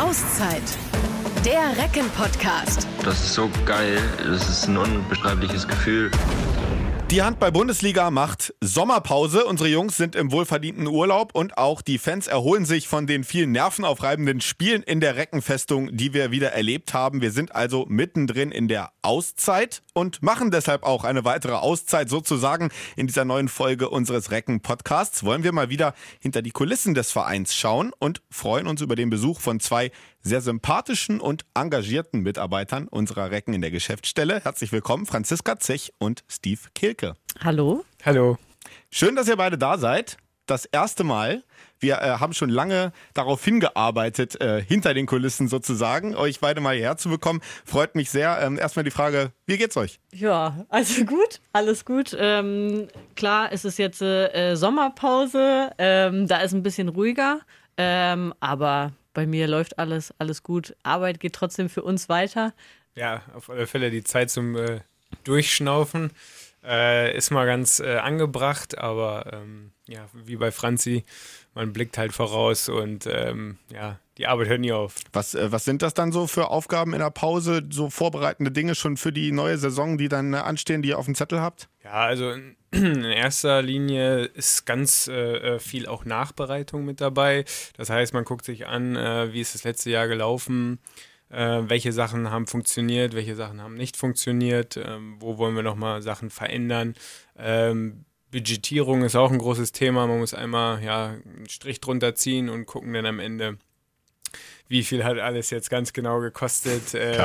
Auszeit. Der Recken-Podcast. Das ist so geil. Das ist ein unbeschreibliches Gefühl. Die Handball-Bundesliga macht Sommerpause. Unsere Jungs sind im wohlverdienten Urlaub und auch die Fans erholen sich von den vielen nervenaufreibenden Spielen in der Reckenfestung, die wir wieder erlebt haben. Wir sind also mittendrin in der Auszeit und machen deshalb auch eine weitere Auszeit sozusagen. In dieser neuen Folge unseres Recken-Podcasts wollen wir mal wieder hinter die Kulissen des Vereins schauen und freuen uns über den Besuch von zwei sehr sympathischen und engagierten Mitarbeitern unserer Recken in der Geschäftsstelle. Herzlich willkommen, Franziska Zech und Steve Kilke. Hallo. Hallo. Schön, dass ihr beide da seid. Das erste Mal. Wir haben schon lange darauf hingearbeitet, hinter den Kulissen sozusagen, euch beide mal hierher zu bekommen. Freut mich sehr. Erstmal die Frage, wie geht's euch? Ja, also gut, alles gut. Klar, es ist jetzt Sommerpause, da ist ein bisschen ruhiger, aber bei mir läuft alles gut. Arbeit geht trotzdem für uns weiter. Ja, auf alle Fälle die Zeit zum Durchschnaufen ist mal ganz angebracht, aber ja, wie bei Franzi, man blickt halt voraus und ja, die Arbeit hört nie auf. Was sind das dann so für Aufgaben in der Pause, so vorbereitende Dinge schon für die neue Saison, die dann anstehen, die ihr auf dem Zettel habt? Ja, also in erster Linie ist ganz viel auch Nachbereitung mit dabei. Das heißt, man guckt sich an, wie ist das letzte Jahr gelaufen, welche Sachen haben funktioniert, welche Sachen haben nicht funktioniert, wo wollen wir nochmal Sachen verändern. Budgetierung ist auch ein großes Thema. Man muss einmal einen Strich drunter ziehen und gucken dann am Ende, wie viel hat alles jetzt ganz genau gekostet,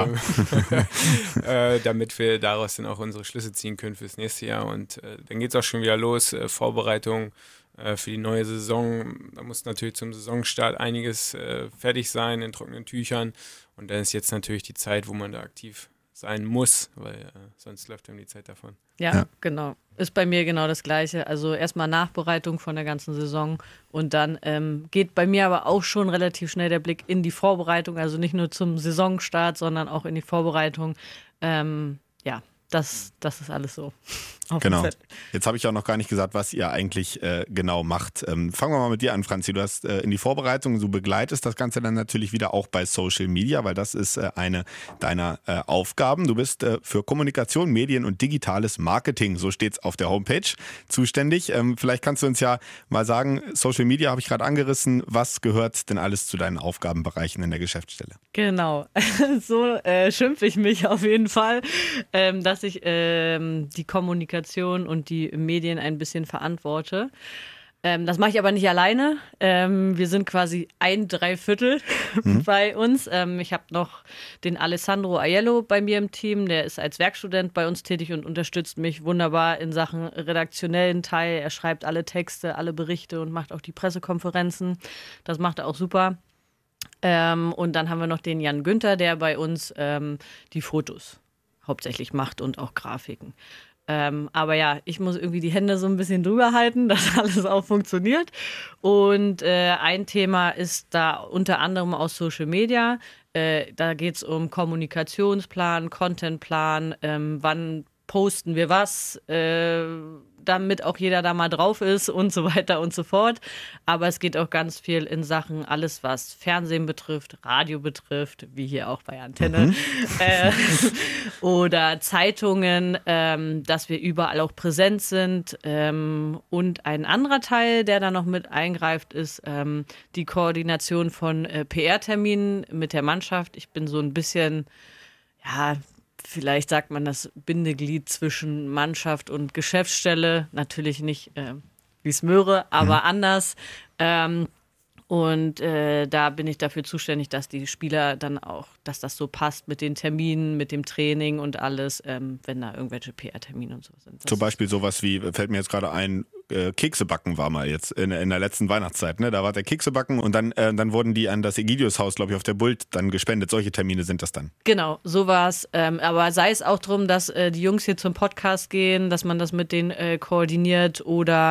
damit wir daraus dann auch unsere Schlüsse ziehen können fürs nächste Jahr. Und dann geht es auch schon wieder los, Vorbereitung für die neue Saison. Da muss natürlich zum Saisonstart einiges fertig sein in trockenen Tüchern. Und dann ist jetzt natürlich die Zeit, wo man da aktiv sein muss, weil sonst läuft einem die Zeit davon. Ja, genau. Ist bei mir genau das Gleiche. Also erstmal Nachbereitung von der ganzen Saison und dann geht bei mir aber auch schon relativ schnell der Blick in die Vorbereitung, also nicht nur zum Saisonstart, sondern auch in die Vorbereitung. Ja, das ist alles so. Genau. Jetzt habe ich auch noch gar nicht gesagt, was ihr eigentlich genau macht. Fangen wir mal mit dir an, Franzi. Du hast in die Vorbereitung, du begleitest das Ganze dann natürlich wieder auch bei Social Media, weil das ist eine deiner Aufgaben. Du bist für Kommunikation, Medien und digitales Marketing, so steht es auf der Homepage, zuständig. Vielleicht kannst du uns ja mal sagen, Social Media habe ich gerade angerissen. Was gehört denn alles zu deinen Aufgabenbereichen in der Geschäftsstelle? Genau, so schimpfe ich mich auf jeden Fall, dass ich die Kommunikation und die Medien ein bisschen verantworte. Das mache ich aber nicht alleine. Wir sind quasi 1/3 bei uns. Ich habe noch den Alessandro Aiello bei mir im Team. Der ist als Werkstudent bei uns tätig und unterstützt mich wunderbar in Sachen redaktionellen Teil. Er schreibt alle Texte, alle Berichte und macht auch die Pressekonferenzen. Das macht er auch super. Und dann haben wir noch den Jan Günther, der bei uns die Fotos hauptsächlich macht und auch Grafiken. Aber ja, ich muss irgendwie die Hände so ein bisschen drüber halten, dass alles auch funktioniert. Und ein Thema ist da unter anderem aus Social Media. Da geht es um Kommunikationsplan, Contentplan, wann posten wir was, damit auch jeder da mal drauf ist und so weiter und so fort. Aber es geht auch ganz viel in Sachen alles, was Fernsehen betrifft, Radio betrifft, wie hier auch bei Antenne, oder Zeitungen, dass wir überall auch präsent sind. Und ein anderer Teil, der da noch mit eingreift, ist die Koordination von PR-Terminen mit der Mannschaft. Ich bin so ein bisschen, ja, vielleicht sagt man das Bindeglied zwischen Mannschaft und Geschäftsstelle. Natürlich nicht wie Smöre, aber anders. Und da bin ich dafür zuständig, dass die Spieler dann auch, dass das so passt mit den Terminen, mit dem Training und alles, wenn da irgendwelche PR-Termine und so sind. Zum Beispiel sowas wie, fällt mir jetzt gerade ein, Kekse backen war mal jetzt in der letzten Weihnachtszeit. Ne? Da war der Kekse backen und dann wurden die an das Egidius-Haus, glaube ich, auf der Bult dann gespendet. Solche Termine sind das dann. Genau, so war's. Aber sei es auch darum, dass die Jungs hier zum Podcast gehen, dass man das mit denen koordiniert oder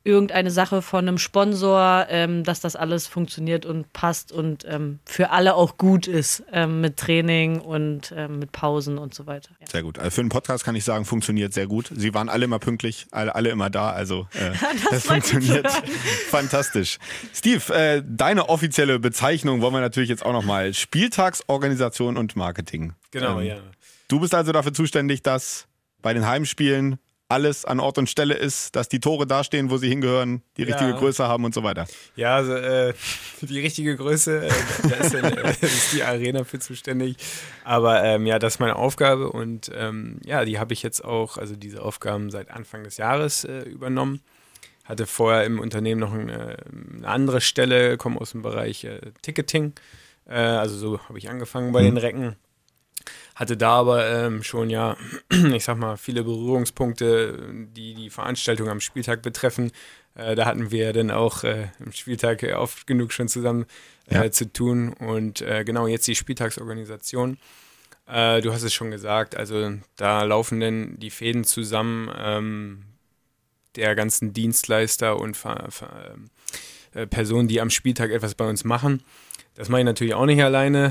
irgendeine Sache von einem Sponsor, dass das alles funktioniert und passt und für alle auch gut ist mit Training und mit Pausen und so weiter. Ja. Sehr gut. Also für einen Podcast kann ich sagen, funktioniert sehr gut. Sie waren alle immer pünktlich, alle immer da, also das funktioniert fantastisch. Steve, deine offizielle Bezeichnung wollen wir natürlich jetzt auch nochmal. Spieltagsorganisation und Marketing. Genau, ja. Du bist also dafür zuständig, dass bei den Heimspielen alles an Ort und Stelle ist, dass die Tore dastehen, wo sie hingehören, die richtige Größe haben und so weiter. Ja, also die richtige Größe, da ist die Arena für zuständig. Aber ja, das ist meine Aufgabe und die habe ich jetzt auch, also diese Aufgaben seit Anfang des Jahres übernommen. Hatte vorher im Unternehmen noch eine andere Stelle, komme aus dem Bereich Ticketing. Also so habe ich angefangen bei den Recken. Hatte da aber schon ich sag mal, viele Berührungspunkte, die die Veranstaltung am Spieltag betreffen. Da hatten wir dann auch am Spieltag oft genug schon zusammen zu tun. Und genau, jetzt die Spieltagsorganisation. Du hast es schon gesagt, also da laufen dann die Fäden zusammen der ganzen Dienstleister und Personen, die am Spieltag etwas bei uns machen. Das mache ich natürlich auch nicht alleine.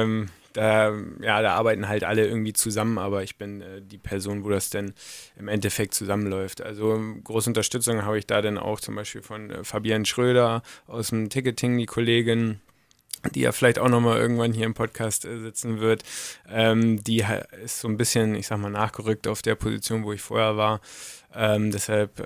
Da arbeiten halt alle irgendwie zusammen, aber ich bin die Person, wo das dann im Endeffekt zusammenläuft. Also große Unterstützung habe ich da dann auch zum Beispiel von Fabienne Schröder aus dem Ticketing, die Kollegin, die ja vielleicht auch nochmal irgendwann hier im Podcast sitzen wird. Die ist so ein bisschen, ich sag mal, nachgerückt auf der Position, wo ich vorher war. Deshalb,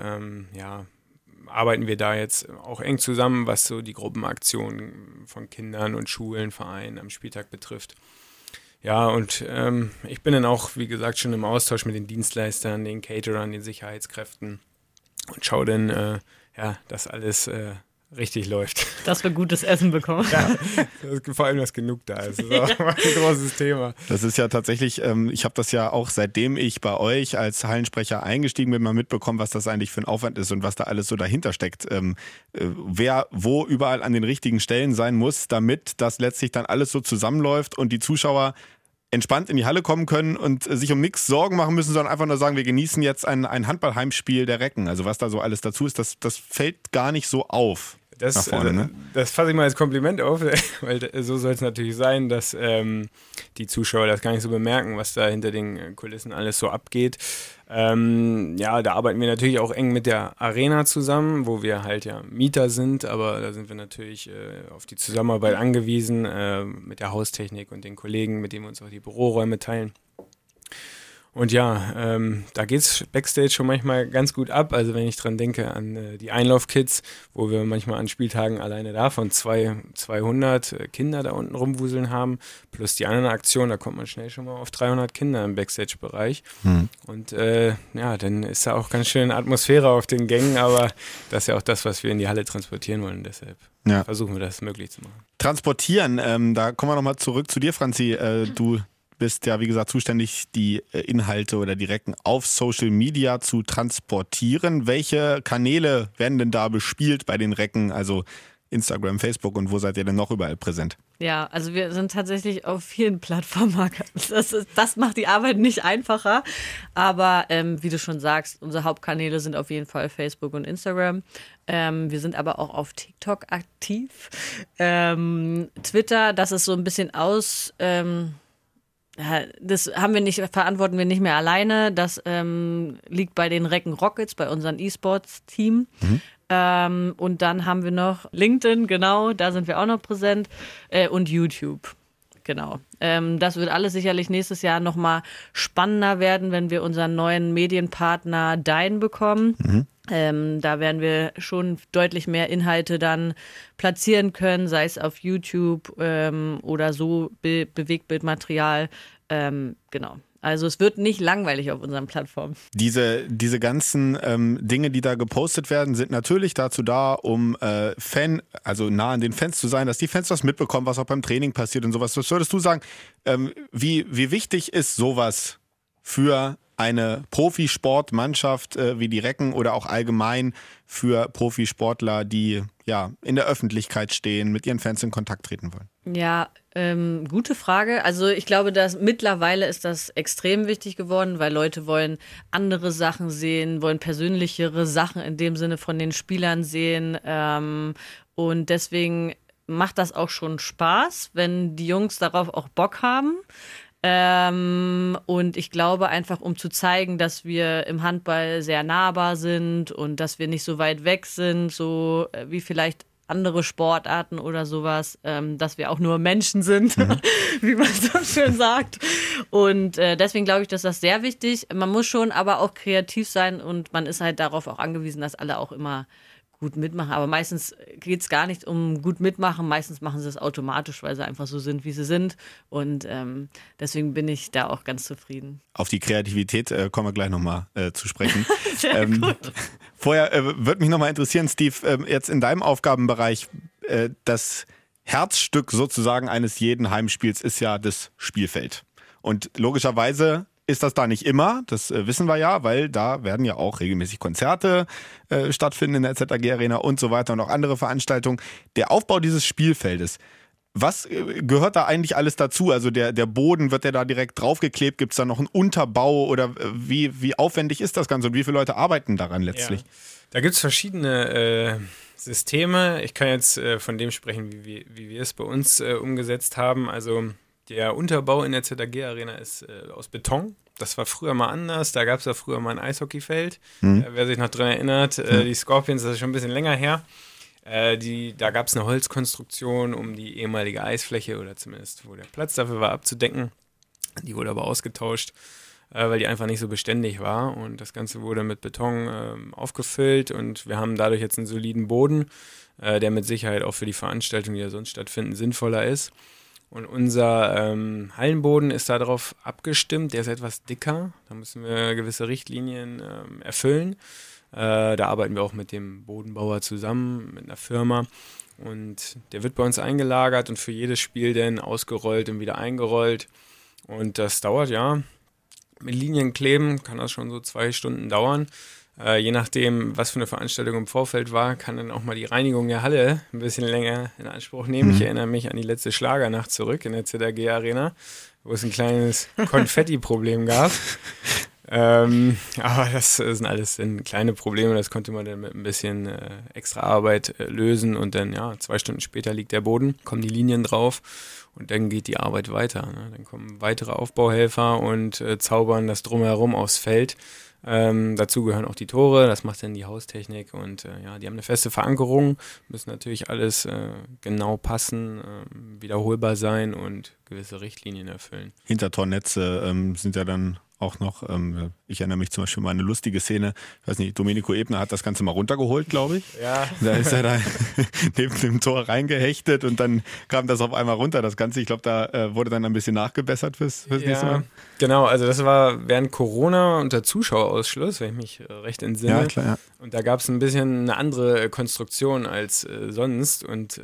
arbeiten wir da jetzt auch eng zusammen, was so die Gruppenaktionen von Kindern und Schulen, Vereinen am Spieltag betrifft. Ja, und ich bin dann auch, wie gesagt, schon im Austausch mit den Dienstleistern, den Caterern, den Sicherheitskräften und schaue dann, dass alles richtig läuft. Dass wir gutes Essen bekommen. Ja, vor allem, dass genug da ist. Das ist auch ein großes Thema. Das ist ja tatsächlich, ich habe das ja auch, seitdem ich bei euch als Hallensprecher eingestiegen bin, mal mitbekommen, was das eigentlich für ein Aufwand ist und was da alles so dahinter steckt. Wer wo überall an den richtigen Stellen sein muss, damit das letztlich dann alles so zusammenläuft und die Zuschauer entspannt in die Halle kommen können und sich um nichts Sorgen machen müssen, sondern einfach nur sagen, wir genießen jetzt ein Handballheimspiel der Recken. Also was da so alles dazu ist, das fällt gar nicht so auf. Das vorne, das fasse ich mal als Kompliment auf, weil so soll es natürlich sein, dass die Zuschauer das gar nicht so bemerken, was da hinter den Kulissen alles so abgeht. Da arbeiten wir natürlich auch eng mit der Arena zusammen, wo wir halt Mieter sind, aber da sind wir natürlich auf die Zusammenarbeit angewiesen mit der Haustechnik und den Kollegen, mit denen wir uns auch die Büroräume teilen. Und da geht's Backstage schon manchmal ganz gut ab. Also wenn ich dran denke an die Einlaufkids, wo wir manchmal an Spieltagen alleine davon 200 Kinder da unten rumwuseln haben, plus die anderen Aktionen, da kommt man schnell schon mal auf 300 Kinder im Backstage-Bereich. Und dann ist da auch ganz schön Atmosphäre auf den Gängen, aber das ist ja auch das, was wir in die Halle transportieren wollen. Deshalb versuchen wir das möglich zu machen. Transportieren, da kommen wir nochmal zurück zu dir, Franzi. Du bist ja, wie gesagt, zuständig, die Inhalte oder die Recken auf Social Media zu transportieren. Welche Kanäle werden denn da bespielt bei den Recken? Also Instagram, Facebook und wo seid ihr denn noch überall präsent? Ja, also wir sind tatsächlich auf vielen Plattformen. Das macht die Arbeit nicht einfacher. Aber wie du schon sagst, unsere Hauptkanäle sind auf jeden Fall Facebook und Instagram. Wir sind aber auch auf TikTok aktiv. Twitter, das ist so ein bisschen das verantworten wir nicht mehr alleine. Das liegt bei den Recken Rockets, bei unserem E-Sports-Team. Und dann haben wir noch LinkedIn, genau, da sind wir auch noch präsent. Und YouTube, genau. Das wird alles sicherlich nächstes Jahr nochmal spannender werden, wenn wir unseren neuen Medienpartner Dyn bekommen. Da werden wir schon deutlich mehr Inhalte dann platzieren können, sei es auf YouTube oder so Bewegtbildmaterial. Genau. Also es wird nicht langweilig auf unseren Plattformen. Diese ganzen Dinge, die da gepostet werden, sind natürlich dazu da, um also nah an den Fans zu sein, dass die Fans was mitbekommen, was auch beim Training passiert und sowas. Was würdest du sagen, wie wichtig ist sowas für eine Profisportmannschaft wie die Recken oder auch allgemein für Profisportler, die ja in der Öffentlichkeit stehen, mit ihren Fans in Kontakt treten wollen? Ja, gute Frage. Also ich glaube, dass mittlerweile ist das extrem wichtig geworden, weil Leute wollen andere Sachen sehen, wollen persönlichere Sachen in dem Sinne von den Spielern sehen. Und deswegen macht das auch schon Spaß, wenn die Jungs darauf auch Bock haben. Und ich glaube einfach, um zu zeigen, dass wir im Handball sehr nahbar sind und dass wir nicht so weit weg sind, so wie vielleicht andere Sportarten oder sowas, dass wir auch nur Menschen sind, wie man so schön sagt. Und deswegen glaube ich, dass das sehr wichtig. Man muss schon aber auch kreativ sein und man ist halt darauf auch angewiesen, dass alle auch immer gut mitmachen. Aber meistens geht es gar nicht um gut mitmachen. Meistens machen sie es automatisch, weil sie einfach so sind, wie sie sind. Und deswegen bin ich da auch ganz zufrieden. Auf die Kreativität kommen wir gleich nochmal zu sprechen. Sehr gut. Vorher würde mich nochmal interessieren, Steve, jetzt in deinem Aufgabenbereich, das Herzstück sozusagen eines jeden Heimspiels ist ja das Spielfeld. Und logischerweise ist das da nicht immer, das wissen wir ja, weil da werden ja auch regelmäßig Konzerte stattfinden in der ZAG Arena und so weiter und auch andere Veranstaltungen. Der Aufbau dieses Spielfeldes, was gehört da eigentlich alles dazu? Also der Boden, wird der da direkt draufgeklebt? Gibt es da noch einen Unterbau oder wie aufwendig ist das Ganze und wie viele Leute arbeiten daran letztlich? Ja. Da gibt es verschiedene Systeme. Ich kann jetzt von dem sprechen, wie wir es bei uns umgesetzt haben. Also der Unterbau in der ZAG Arena ist aus Beton. Das war früher mal anders. Da gab es ja früher mal ein Eishockeyfeld. Wer sich noch dran erinnert, die Scorpions, das ist schon ein bisschen länger her. Da gab es eine Holzkonstruktion, um die ehemalige Eisfläche oder zumindest, wo der Platz dafür war, abzudecken. Die wurde aber ausgetauscht, weil die einfach nicht so beständig war. Und das Ganze wurde mit Beton aufgefüllt und wir haben dadurch jetzt einen soliden Boden, der mit Sicherheit auch für die Veranstaltungen, die ja sonst stattfinden, sinnvoller ist. Und unser Hallenboden ist darauf abgestimmt, der ist etwas dicker, da müssen wir gewisse Richtlinien erfüllen. Da arbeiten wir auch mit dem Bodenbauer zusammen, mit einer Firma. Und der wird bei uns eingelagert und für jedes Spiel dann ausgerollt und wieder eingerollt. Und das dauert, ja, mit Linien kleben kann das schon so 2 Stunden dauern. Je nachdem, was für eine Veranstaltung im Vorfeld war, kann dann auch mal die Reinigung der Halle ein bisschen länger in Anspruch nehmen. Ich erinnere mich an die letzte Schlagernacht zurück in der ZAG Arena, wo es ein kleines Konfetti-Problem gab. Aber das sind alles dann kleine Probleme, das konnte man dann mit ein bisschen extra Arbeit lösen und dann, ja, 2 Stunden später liegt der Boden, kommen die Linien drauf und dann geht die Arbeit weiter. Ne? Dann kommen weitere Aufbauhelfer und zaubern das Drumherum aufs Feld. Dazu gehören auch die Tore, das macht dann die Haustechnik und ja, die haben eine feste Verankerung, müssen natürlich alles genau passen, wiederholbar sein und gewisse Richtlinien erfüllen. Hintertornetze sind ja dann auch noch, ich erinnere mich zum Beispiel mal an eine lustige Szene, ich weiß nicht, Domenico Ebner hat das Ganze mal runtergeholt, glaube ich. Ja. Da ist er da neben dem Tor reingehechtet und dann kam das auf einmal runter, das Ganze. Ich glaube, da wurde dann ein bisschen nachgebessert fürs nächste Mal. Genau, also das war während Corona unter Zuschauerausschluss, wenn ich mich recht entsinne. Ja, klar, ja. Und da gab es ein bisschen eine andere Konstruktion als sonst und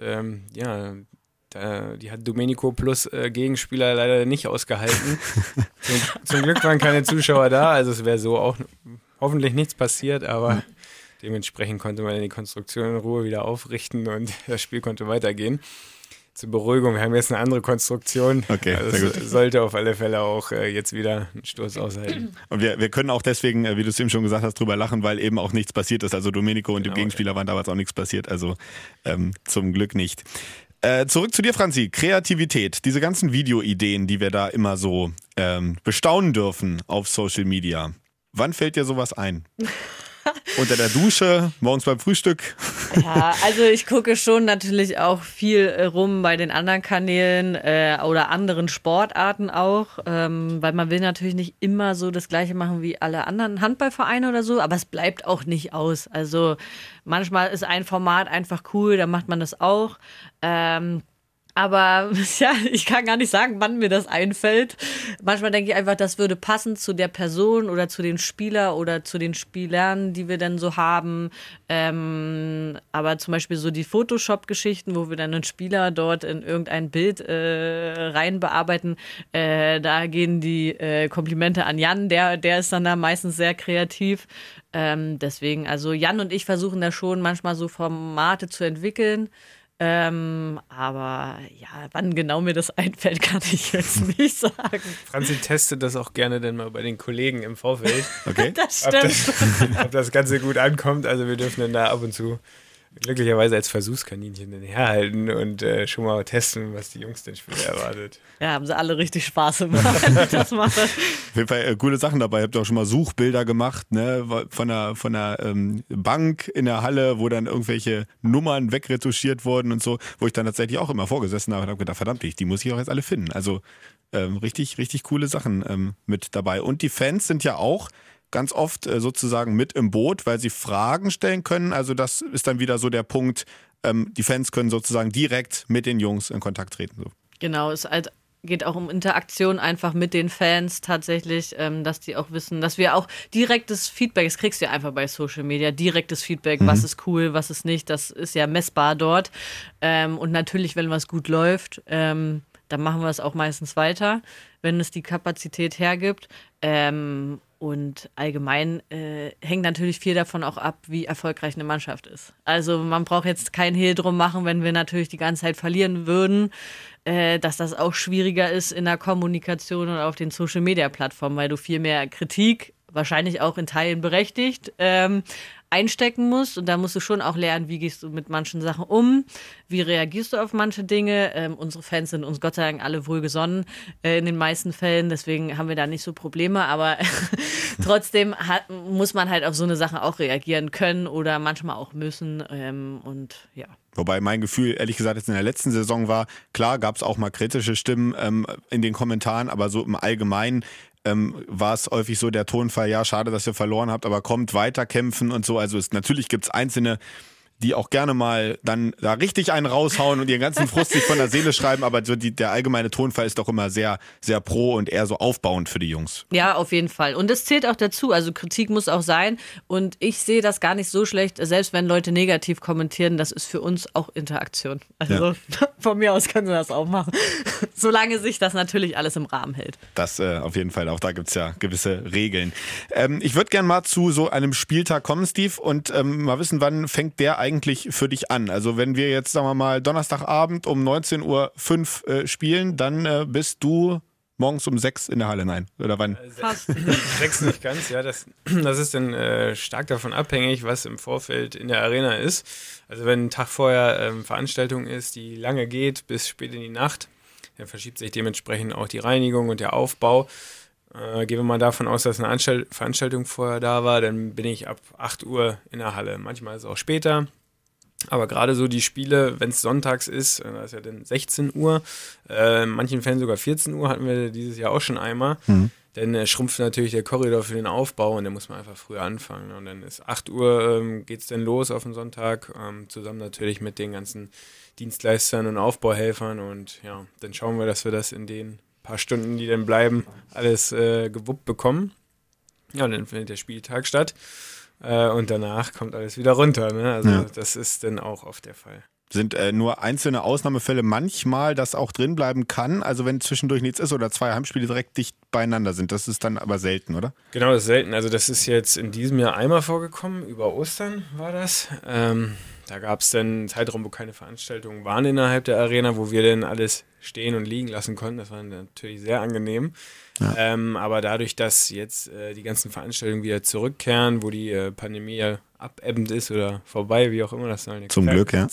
die hat Domenico plus Gegenspieler leider nicht ausgehalten. Zum Glück waren keine Zuschauer da, also es wäre so auch hoffentlich nichts passiert, aber dementsprechend konnte man die Konstruktion in Ruhe wieder aufrichten und das Spiel konnte weitergehen. Zur Beruhigung, wir haben jetzt eine andere Konstruktion. Okay, also sehr gut. Sollte auf alle Fälle auch jetzt wieder einen Stoß aushalten. Und wir können auch deswegen, wie du es eben schon gesagt hast, drüber lachen, weil eben auch nichts passiert ist. Also Domenico und dem Gegenspieler waren damals auch nichts passiert, also zum Glück nicht. Zurück zu dir, Franzi. Kreativität, diese ganzen Videoideen, die wir da immer so bestaunen dürfen auf Social Media. Wann fällt dir sowas ein? Unter der Dusche, morgens beim Frühstück? Ja, also ich gucke schon natürlich auch viel rum bei den anderen Kanälen oder anderen Sportarten auch, weil man will natürlich nicht immer so das Gleiche machen wie alle anderen Handballvereine oder so, aber es bleibt auch nicht aus. Also manchmal ist ein Format einfach cool, dann macht man das auch. Aber Aber ja, ich kann gar nicht sagen, wann mir das einfällt. Manchmal denke ich einfach, das würde passen zu der Person oder zu den Spieler oder zu den Spielern, die wir dann so haben. Aber zum Beispiel so die Photoshop-Geschichten, wo wir dann einen Spieler dort in irgendein Bild rein bearbeiten, da gehen die Komplimente an Jan. Der ist dann da meistens sehr kreativ. Deswegen, also Jan und ich versuchen da schon manchmal so Formate zu entwickeln. Aber ja, wann genau mir das einfällt, kann ich jetzt nicht sagen. Franzi testet das auch gerne dann mal bei den Kollegen im Vorfeld. Okay. Das stimmt. Ob das Ganze gut ankommt. Also wir dürfen dann da ab und zu glücklicherweise als Versuchskaninchen dann herhalten und schon mal testen, was die Jungs denn später erwartet. Ja, haben sie alle richtig Spaß gemacht, wenn ich das mache. Auf jeden Fall coole Sachen dabei. Habt ihr auch schon mal Suchbilder gemacht, ne? Von einer Bank in der Halle, wo dann irgendwelche Nummern wegretuschiert wurden und so, wo ich dann tatsächlich auch immer vorgesessen habe und habe gedacht, verdammt, die muss ich auch jetzt alle finden. Also richtig, richtig coole Sachen mit dabei. Und die Fans sind ja auch ganz oft sozusagen mit im Boot, weil sie Fragen stellen können. Also das ist dann wieder so der Punkt, die Fans können sozusagen direkt mit den Jungs in Kontakt treten. So. Genau, es geht auch um Interaktion einfach mit den Fans tatsächlich, dass die auch wissen, dass wir auch direktes Feedback, das kriegst du ja einfach bei Social Media, direktes Feedback, was ist cool, was ist nicht, das ist ja messbar dort. Und natürlich, wenn was gut läuft, dann machen wir es auch meistens weiter, wenn es die Kapazität hergibt. Und allgemein hängt natürlich viel davon auch ab, wie erfolgreich eine Mannschaft ist. Also man braucht jetzt kein Hehl drum machen, wenn wir natürlich die ganze Zeit verlieren würden, dass das auch schwieriger ist in der Kommunikation und auf den Social-Media-Plattformen, weil du viel mehr Kritik, wahrscheinlich auch in Teilen berechtigt, einstecken musst. Und da musst du schon auch lernen, wie gehst du mit manchen Sachen um, wie reagierst du auf manche Dinge. Unsere Fans sind uns Gott sei Dank alle wohlgesonnen in den meisten Fällen, deswegen haben wir da nicht so Probleme, aber trotzdem muss man halt auf so eine Sache auch reagieren können oder manchmal auch müssen und ja. Wobei mein Gefühl, ehrlich gesagt, jetzt in der letzten Saison war, klar gab es auch mal kritische Stimmen in den Kommentaren, aber so im Allgemeinen war es häufig so der Tonfall, ja, schade, dass ihr verloren habt, aber kommt weiter kämpfen und so. Also natürlich gibt es Einzelne, die auch gerne mal dann da richtig einen raushauen und ihren ganzen Frust sich von der Seele schreiben, aber so der allgemeine Tonfall ist doch immer sehr, sehr pro und eher so aufbauend für die Jungs. Ja, auf jeden Fall. Und es zählt auch dazu, also Kritik muss auch sein und ich sehe das gar nicht so schlecht, selbst wenn Leute negativ kommentieren, das ist für uns auch Interaktion. Also von mir aus können sie das auch machen, solange sich das natürlich alles im Rahmen hält. Das auf jeden Fall, auch da gibt es ja gewisse Regeln. Ich würde gerne mal zu so einem Spieltag kommen, Steve, und mal wissen, wann fängt der eigentlich für dich an? Also wenn wir jetzt, sagen wir mal, Donnerstagabend um 19:05 Uhr spielen, dann bist du morgens um 6 in der Halle, nein? Oder wann? Fast. 6 nicht ganz, ja. Das ist dann stark davon abhängig, was im Vorfeld in der Arena ist. Also wenn ein Tag vorher Veranstaltung ist, die lange geht bis spät in die Nacht, dann verschiebt sich dementsprechend auch die Reinigung und der Aufbau. Gehen wir mal davon aus, dass eine Veranstaltung vorher da war, dann bin ich ab 8 Uhr in der Halle. Manchmal ist es auch später. Aber gerade so die Spiele, wenn es sonntags ist, das ist ja dann 16 Uhr, in manchen Fällen sogar 14 Uhr, hatten wir dieses Jahr auch schon einmal. Dann schrumpft natürlich der Korridor für den Aufbau und dann muss man einfach früher anfangen. Und dann ist 8 Uhr, geht es dann los auf den Sonntag, zusammen natürlich mit den ganzen Dienstleistern und Aufbauhelfern. Und ja, dann schauen wir, dass wir das in den paar Stunden, die dann bleiben, alles gewuppt bekommen. Ja, und dann findet der Spieltag statt. Und danach kommt alles wieder runter. Ne? Also das ist dann auch oft der Fall. Sind nur einzelne Ausnahmefälle manchmal, dass auch drin bleiben kann? Also wenn zwischendurch nichts ist oder 2 Heimspiele direkt dicht beieinander sind, das ist dann aber selten, oder? Genau, das ist selten. Also das ist jetzt in diesem Jahr einmal vorgekommen, über Ostern war das. Da gab es dann einen Zeitraum, wo keine Veranstaltungen waren innerhalb der Arena, wo wir dann alles stehen und liegen lassen konnten. Das war natürlich sehr angenehm. Ja. Aber dadurch, dass jetzt die ganzen Veranstaltungen wieder zurückkehren, wo die Pandemie ja abebbend ist oder vorbei, wie auch immer das soll. Zum Glück, ja.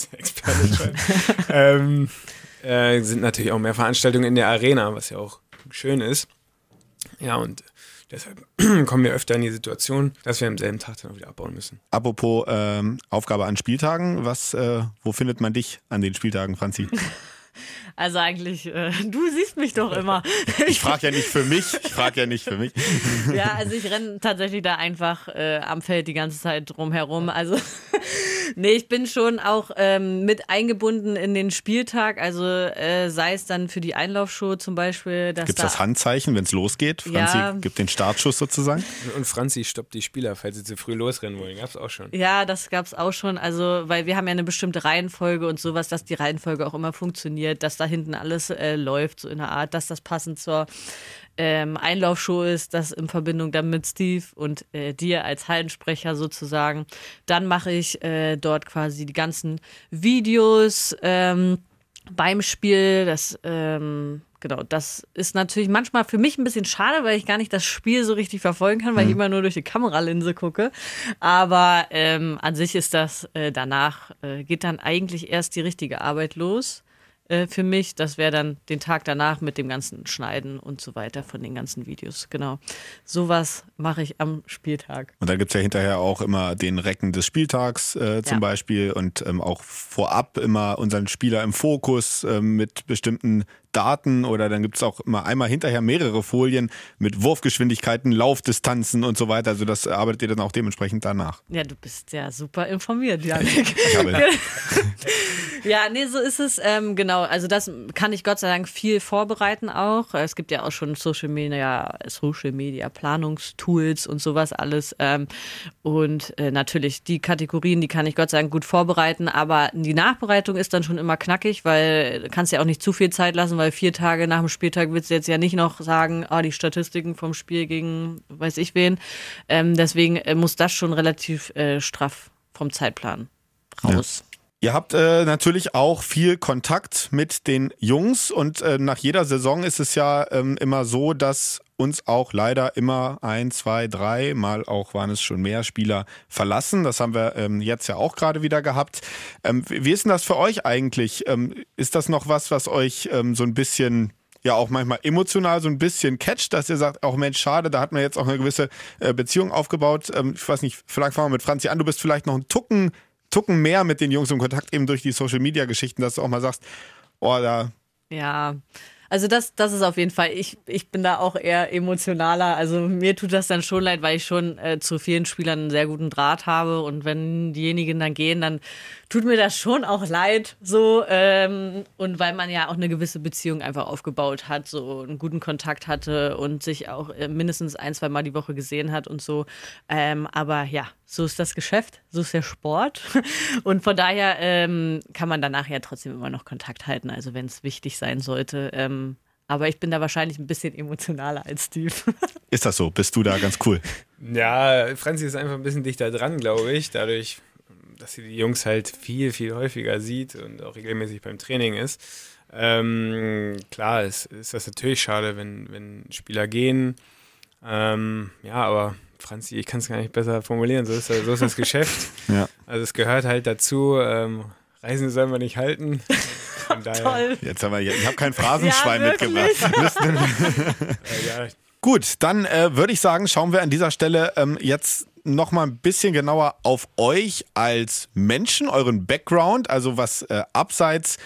Sind natürlich auch mehr Veranstaltungen in der Arena, was ja auch schön ist. Ja, und deshalb kommen wir öfter in die Situation, dass wir am selben Tag dann wieder abbauen müssen. Apropos Aufgabe an Spieltagen, wo findet man dich an den Spieltagen, Franzi? Also eigentlich, du siehst mich doch immer. Ich frage ja nicht für mich. Ja, also ich renne tatsächlich da einfach am Feld die ganze Zeit drumherum. Also Nee, ich bin schon auch mit eingebunden in den Spieltag, also sei es dann für die Einlaufshow zum Beispiel. Gibt es das Handzeichen, wenn es losgeht? Franzi gibt den Startschuss sozusagen. Und Franzi stoppt die Spieler, falls sie zu früh losrennen wollen. Gab's auch schon. Ja, das gab's auch schon. Also, weil wir haben ja eine bestimmte Reihenfolge und sowas, dass die Reihenfolge auch immer funktioniert, dass da hinten alles läuft, so in der Art, dass das passend zur Einlaufshow ist, das in Verbindung dann mit Steve und dir als Hallensprecher sozusagen. Dann mache ich dort quasi die ganzen Videos beim Spiel. Genau, das ist natürlich manchmal für mich ein bisschen schade, weil ich gar nicht das Spiel so richtig verfolgen kann, weil ich immer nur durch die Kameralinse gucke. Aber an sich ist das danach, geht dann eigentlich erst die richtige Arbeit los. Für mich, das wäre dann den Tag danach mit dem ganzen Schneiden und so weiter von den ganzen Videos. Genau, sowas mache ich am Spieltag. Und dann gibt es ja hinterher auch immer den Recken des Spieltags zum Beispiel und auch vorab immer unseren Spieler im Fokus mit bestimmten Daten oder dann gibt es auch immer einmal hinterher mehrere Folien mit Wurfgeschwindigkeiten, Laufdistanzen und so weiter. Also das arbeitet ihr dann auch dementsprechend danach. Ja, du bist ja super informiert, Janik. Ja, nee, so ist es. Genau, also das kann ich Gott sei Dank viel vorbereiten auch. Es gibt ja auch schon Social Media Planungstools und sowas alles. Und natürlich die Kategorien, die kann ich Gott sei Dank gut vorbereiten. Aber die Nachbereitung ist dann schon immer knackig, weil du kannst ja auch nicht zu viel Zeit lassen, weil 4 Tage nach dem Spieltag willst du jetzt ja nicht noch sagen, die Statistiken vom Spiel gegen weiß ich wen. Deswegen muss das schon relativ straff vom Zeitplan raus. Ja. Ihr habt natürlich auch viel Kontakt mit den Jungs und nach jeder Saison ist es ja immer so, dass uns auch leider immer 1, 2, 3, mal auch waren es schon mehr Spieler verlassen. Das haben wir jetzt ja auch gerade wieder gehabt. Wie ist denn das für euch eigentlich? Ist das noch was euch so ein bisschen ja auch manchmal emotional so ein bisschen catcht, dass ihr sagt, auch Mensch, schade, da hat man jetzt auch eine gewisse Beziehung aufgebaut. Ich weiß nicht, vielleicht fangen wir mit Franzi an, du bist vielleicht noch einen Tucken mehr mit den Jungs in Kontakt, eben durch die Social-Media-Geschichten, dass du auch mal sagst, da... Ja, also das ist auf jeden Fall, ich bin da auch eher emotionaler, also mir tut das dann schon leid, weil ich schon zu vielen Spielern einen sehr guten Draht habe und wenn diejenigen dann gehen, dann tut mir das schon auch leid, so und weil man ja auch eine gewisse Beziehung einfach aufgebaut hat, so einen guten Kontakt hatte und sich auch mindestens 1, 2 Mal die Woche gesehen hat und so, aber ja, so ist das Geschäft, so ist der Sport und von daher kann man danach ja trotzdem immer noch Kontakt halten, also wenn es wichtig sein sollte, aber ich bin da wahrscheinlich ein bisschen emotionaler als Steve. Ist das so? Bist du da ganz cool? Ja, Franzi ist einfach ein bisschen dichter dran, glaube ich, dadurch, dass sie die Jungs halt viel, viel häufiger sieht und auch regelmäßig beim Training ist. Klar ist das natürlich schade, wenn Spieler gehen. Aber Franzi, ich kann es gar nicht besser formulieren, so ist das Geschäft. Ja. Also es gehört halt dazu, Reisen soll man nicht halten. Von daher. Toll. Ich habe kein Phrasenschwein mitgebracht. Ja. Gut, dann würde ich sagen, schauen wir an dieser Stelle jetzt noch mal ein bisschen genauer auf euch als Menschen, euren Background, also was es abseits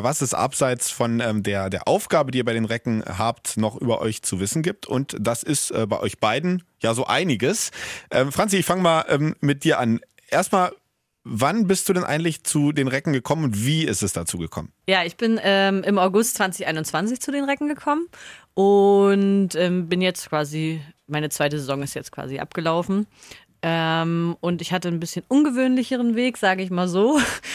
von der Aufgabe, die ihr bei den Recken habt, noch über euch zu wissen gibt. Und das ist bei euch beiden ja so einiges. Franzi, ich fange mal mit dir an. Erstmal, wann bist du denn eigentlich zu den Recken gekommen und wie ist es dazu gekommen? Ja, ich bin im August 2021 zu den Recken gekommen und bin jetzt quasi, meine zweite Saison ist jetzt quasi abgelaufen. Und ich hatte ein bisschen ungewöhnlicheren Weg, sage ich mal so.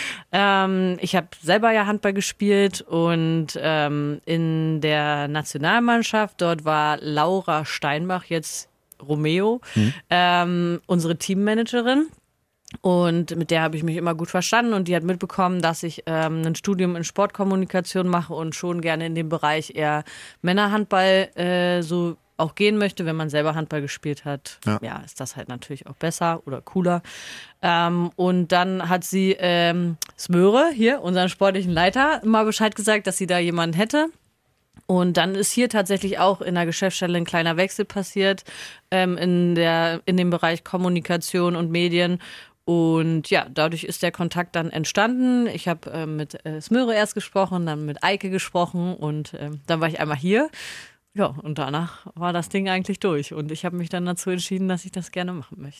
Ich habe selber ja Handball gespielt und in der Nationalmannschaft, dort war Laura Steinbach, jetzt Romeo, unsere Teammanagerin. Und mit der habe ich mich immer gut verstanden und die hat mitbekommen, dass ich ein Studium in Sportkommunikation mache und schon gerne in dem Bereich eher Männerhandball so auch gehen möchte, wenn man selber Handball gespielt hat. Ja, ist das halt natürlich auch besser oder cooler. Und dann hat sie Smöre, hier, unseren sportlichen Leiter, mal Bescheid gesagt, dass sie da jemanden hätte. Und dann ist hier tatsächlich auch in der Geschäftsstelle ein kleiner Wechsel passiert in dem Bereich Kommunikation und Medien. Und ja, dadurch ist der Kontakt dann entstanden. Ich habe mit Smöre erst gesprochen, dann mit Eike gesprochen und dann war ich einmal hier. Ja, und danach war das Ding eigentlich durch. Und ich habe mich dann dazu entschieden, dass ich das gerne machen möchte.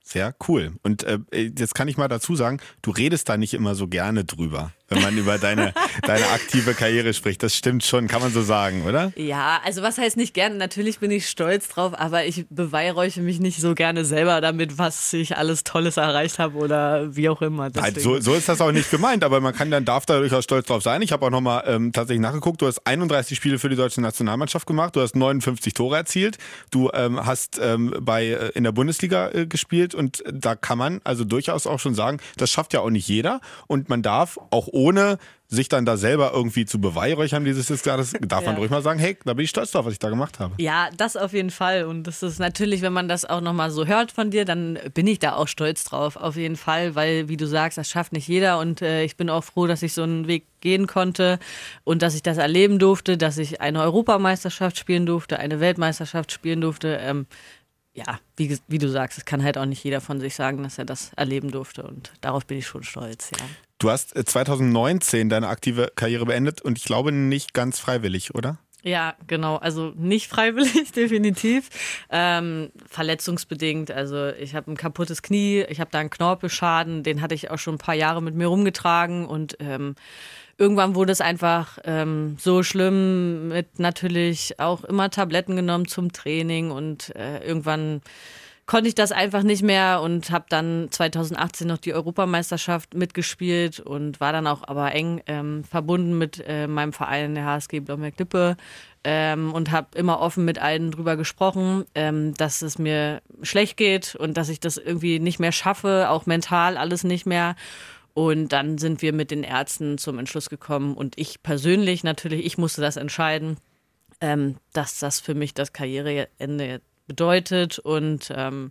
Sehr cool. Und jetzt kann ich mal dazu sagen, du redest da nicht immer so gerne drüber, wenn man über deine aktive Karriere spricht. Das stimmt schon, kann man so sagen, oder? Ja, also was heißt nicht gerne? Natürlich bin ich stolz drauf, aber ich beweihräuche mich nicht so gerne selber damit, was ich alles Tolles erreicht habe oder wie auch immer. Nein, so ist das auch nicht gemeint, aber darf da durchaus stolz drauf sein. Ich habe auch nochmal tatsächlich nachgeguckt, du hast 31 Spiele für die deutsche Nationalmannschaft gemacht, du hast 59 Tore erzielt, du hast in der Bundesliga gespielt und da kann man also durchaus auch schon sagen, das schafft ja auch nicht jeder und man darf auch ohne sich dann da selber irgendwie zu beweihräuchern, darf man ruhig mal sagen, hey, da bin ich stolz drauf, was ich da gemacht habe. Ja, das auf jeden Fall. Und das ist natürlich, wenn man das auch nochmal so hört von dir, dann bin ich da auch stolz drauf, auf jeden Fall, weil, wie du sagst, das schafft nicht jeder und ich bin auch froh, dass ich so einen Weg gehen konnte und dass ich das erleben durfte, dass ich eine Europameisterschaft spielen durfte, eine Weltmeisterschaft spielen durfte. Ja, wie du sagst, es kann halt auch nicht jeder von sich sagen, dass er das erleben durfte und darauf bin ich schon stolz, ja. Du hast 2019 deine aktive Karriere beendet und ich glaube nicht ganz freiwillig, oder? Ja, genau. Also nicht freiwillig, definitiv. Verletzungsbedingt. Also ich habe ein kaputtes Knie, ich habe da einen Knorpelschaden, den hatte ich auch schon ein paar Jahre mit mir rumgetragen und irgendwann wurde es einfach so schlimm mit natürlich auch immer Tabletten genommen zum Training und irgendwann konnte ich das einfach nicht mehr und habe dann 2018 noch die Europameisterschaft mitgespielt und war dann auch aber eng verbunden mit meinem Verein, der HSG Blomberg-Lippe und habe immer offen mit allen drüber gesprochen, dass es mir schlecht geht und dass ich das irgendwie nicht mehr schaffe, auch mental alles nicht mehr. Und dann sind wir mit den Ärzten zum Entschluss gekommen und ich persönlich natürlich, ich musste das entscheiden, dass das für mich das Karriereende bedeutet und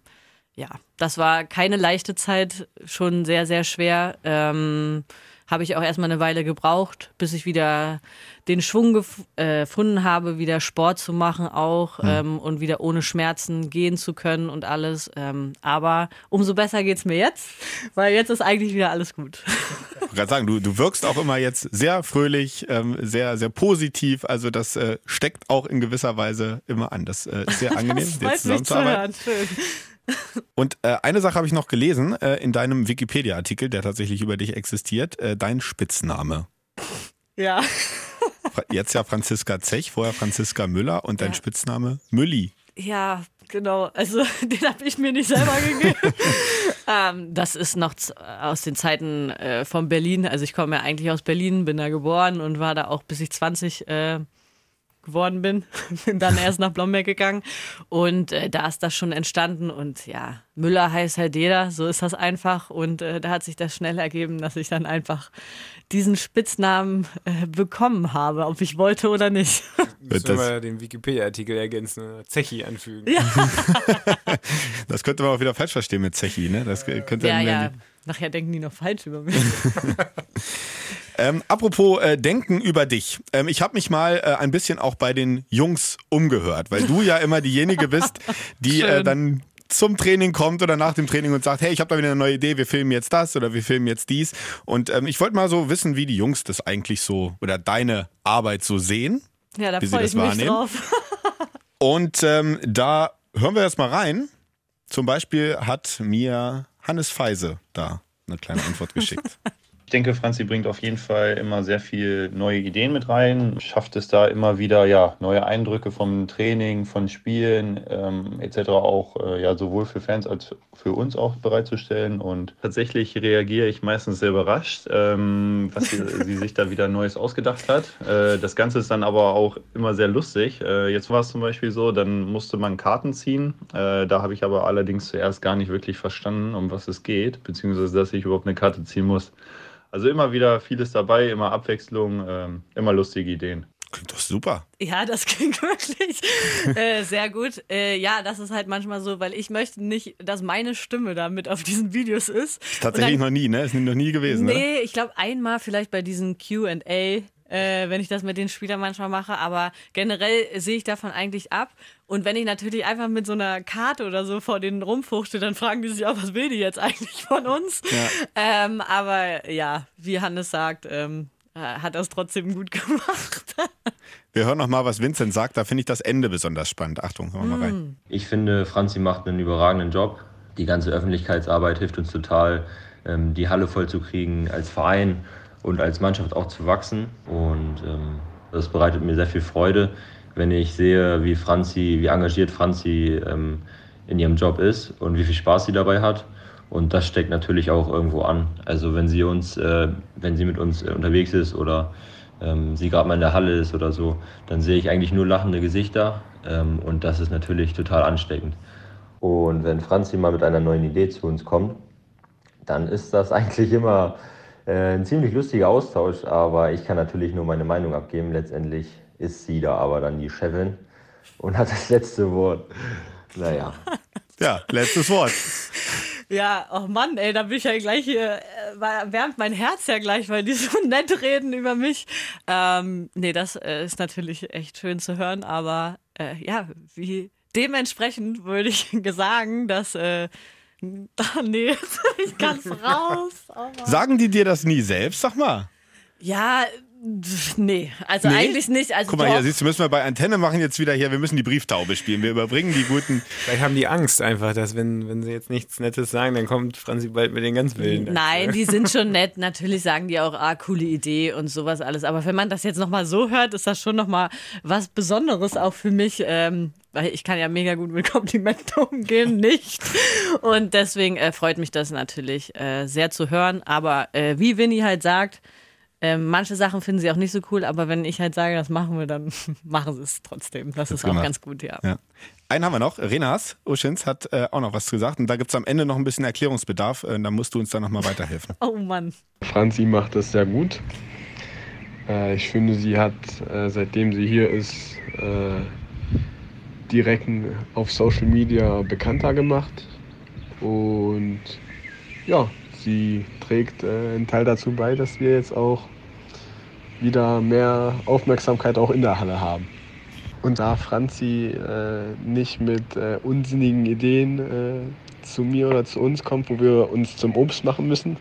das war keine leichte Zeit, schon sehr, sehr schwer. Habe ich auch erstmal eine Weile gebraucht, bis ich wieder den Schwung gefunden habe, wieder Sport zu machen auch und wieder ohne Schmerzen gehen zu können und alles. Aber umso besser geht's mir jetzt, weil jetzt ist eigentlich wieder alles gut. Ich wollte gerade sagen, du wirkst auch immer jetzt sehr fröhlich, sehr, sehr positiv. Also das steckt auch in gewisser Weise immer an. Das ist sehr angenehm, Das dir freut mich zu hören. Schön. Und eine Sache habe ich noch gelesen in deinem Wikipedia-Artikel, der tatsächlich über dich existiert, dein Spitzname. Ja. Jetzt ja Franziska Zech, vorher Franziska Müller und dein Spitzname Mülli. Ja, genau. Also den habe ich mir nicht selber gegeben. Das ist noch aus den Zeiten von Berlin. Also ich komme ja eigentlich aus Berlin, bin da geboren und war da auch bis ich 20 geworden bin dann erst nach Blomberg gegangen und da ist das schon entstanden und ja, Müller heißt halt jeder, so ist das einfach und da hat sich das schnell ergeben, dass ich dann einfach diesen Spitznamen bekommen habe, ob ich wollte oder nicht. Müssen wir den Wikipedia-Artikel ergänzen, Zechi anfügen. Ja. Das könnte man auch wieder falsch verstehen mit Zechi, ne? Das könnte ja. Nachher denken die noch falsch über mich. Apropos Denken über dich. Ich habe mich mal ein bisschen auch bei den Jungs umgehört, weil du ja immer diejenige bist, die dann zum Training kommt oder nach dem Training und sagt, hey, ich habe da wieder eine neue Idee, wir filmen jetzt das oder wir filmen jetzt dies. Und ich wollte mal so wissen, wie die Jungs das eigentlich so oder deine Arbeit so sehen. Ja, da wie freue ich mich drauf. Und da hören wir jetzt mal rein. Zum Beispiel hat mir Hannes Feise da eine kleine Antwort geschickt. Ich denke, Franzi bringt auf jeden Fall immer sehr viel neue Ideen mit rein, schafft es da immer wieder neue Eindrücke vom Training, von Spielen etc. auch sowohl für Fans als für uns auch bereitzustellen. Und tatsächlich reagiere ich meistens sehr überrascht, was sie sich da wieder Neues ausgedacht hat. Das Ganze ist dann aber auch immer sehr lustig. Jetzt war es zum Beispiel so, dann musste man Karten ziehen. Da habe ich aber allerdings zuerst gar nicht wirklich verstanden, um was es geht, beziehungsweise dass ich überhaupt eine Karte ziehen muss. Also immer wieder vieles dabei, immer Abwechslung, immer lustige Ideen. Klingt doch super. Ja, das klingt wirklich sehr gut. Ja, das ist halt manchmal so, weil ich möchte nicht, dass meine Stimme da mit auf diesen Videos ist. Tatsächlich noch nie, ne? Ist noch nie gewesen, ne? Nee, ich glaube einmal vielleicht bei diesen Q&A, wenn ich das mit den Spielern manchmal mache, aber generell sehe ich davon eigentlich ab. Und wenn ich natürlich einfach mit so einer Karte oder so vor denen rumfuchte, dann fragen die sich auch, was will die jetzt eigentlich von uns? Ja. Aber ja, wie Hannes sagt, hat das trotzdem gut gemacht. Wir hören noch mal, was Vincent sagt. Da finde ich das Ende besonders spannend. Achtung, hören wir mal rein. Ich finde, Franzi macht einen überragenden Job. Die ganze Öffentlichkeitsarbeit hilft uns total, die Halle voll zu kriegen als Verein und als Mannschaft auch zu wachsen. Und das bereitet mir sehr viel Freude, wenn ich sehe, wie engagiert Franzi in ihrem Job ist und wie viel Spaß sie dabei hat. Und das steckt natürlich auch irgendwo an. Also wenn sie mit uns unterwegs ist oder sie gerade mal in der Halle ist oder so, dann sehe ich eigentlich nur lachende Gesichter und das ist natürlich total ansteckend. Und wenn Franzi mal mit einer neuen Idee zu uns kommt, dann ist das eigentlich immer ein ziemlich lustiger Austausch, aber ich kann natürlich nur meine Meinung abgeben. Letztendlich ist sie da aber dann die Chefin und hat das letzte Wort. Naja. Ja, letztes Wort. Ja, oh Mann, ey, da bin ich ja gleich hier, wärmt mein Herz ja gleich, weil die so nett reden über mich. Nee, das ist natürlich echt schön zu hören, aber ja, dementsprechend würde ich sagen, dass, nee, ich kann's raus. Oh Sagen die dir das nie selbst, sag mal? Ja, nee, also eigentlich nicht. Also guck mal hier, siehst du, müssen wir bei Antenne machen jetzt wieder hier, wir müssen die Brieftaube spielen, wir überbringen die guten... Vielleicht haben die Angst einfach, dass wenn sie jetzt nichts Nettes sagen, dann kommt Franzi bald mit den ganz Wilden. Nein, die sind schon nett, natürlich sagen die auch, coole Idee und sowas alles, aber wenn man das jetzt nochmal so hört, ist das schon nochmal was Besonderes auch für mich, weil ich kann ja mega gut mit Komplimenten umgehen, nicht? Und deswegen freut mich das natürlich sehr zu hören, aber wie Winnie halt sagt, manche Sachen finden sie auch nicht so cool, aber wenn ich halt sage, das machen wir, dann machen sie es trotzdem. Das ist auch ganz gut, ja. Einen haben wir noch. Renas Uschins hat auch noch was gesagt und da gibt es am Ende noch ein bisschen Erklärungsbedarf. Da musst du uns dann nochmal weiterhelfen. Oh Mann. Franzi macht das sehr gut. Ich finde, sie hat, seitdem sie hier ist, die Recken auf Social Media bekannter gemacht. Und ja, sie trägt einen Teil dazu bei, dass wir jetzt auch wieder mehr Aufmerksamkeit auch in der Halle haben. Und da Franzi nicht mit unsinnigen Ideen zu mir oder zu uns kommt, wo wir uns zum Obst machen müssen,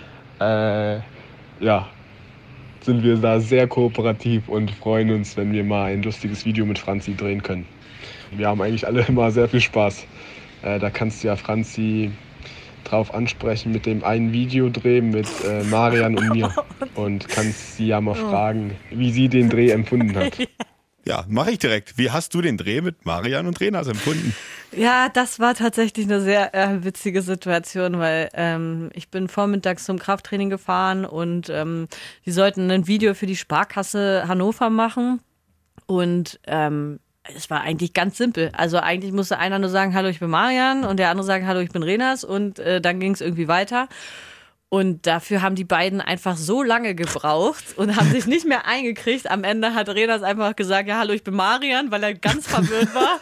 ja, sind wir da sehr kooperativ und freuen uns, wenn wir mal ein lustiges Video mit Franzi drehen können. Wir haben eigentlich alle immer sehr viel Spaß. Da kannst du ja Franzi drauf ansprechen mit dem einen Videodreh mit Marian und mir und kannst sie ja mal fragen, wie sie den Dreh empfunden hat. Ja, mache ich direkt. Wie hast du den Dreh mit Marian und Renas empfunden? Ja, das war tatsächlich eine sehr witzige Situation, weil ich bin vormittags zum Krafttraining gefahren und die sollten ein Video für die Sparkasse Hannover machen und es war eigentlich ganz simpel. Also eigentlich musste einer nur sagen, hallo, ich bin Marian und der andere sagen, hallo, ich bin Renas und dann ging es irgendwie weiter. Und dafür haben die beiden einfach so lange gebraucht und haben sich nicht mehr eingekriegt. Am Ende hat Renas einfach gesagt, ja, hallo, ich bin Marian, weil er ganz verwirrt war.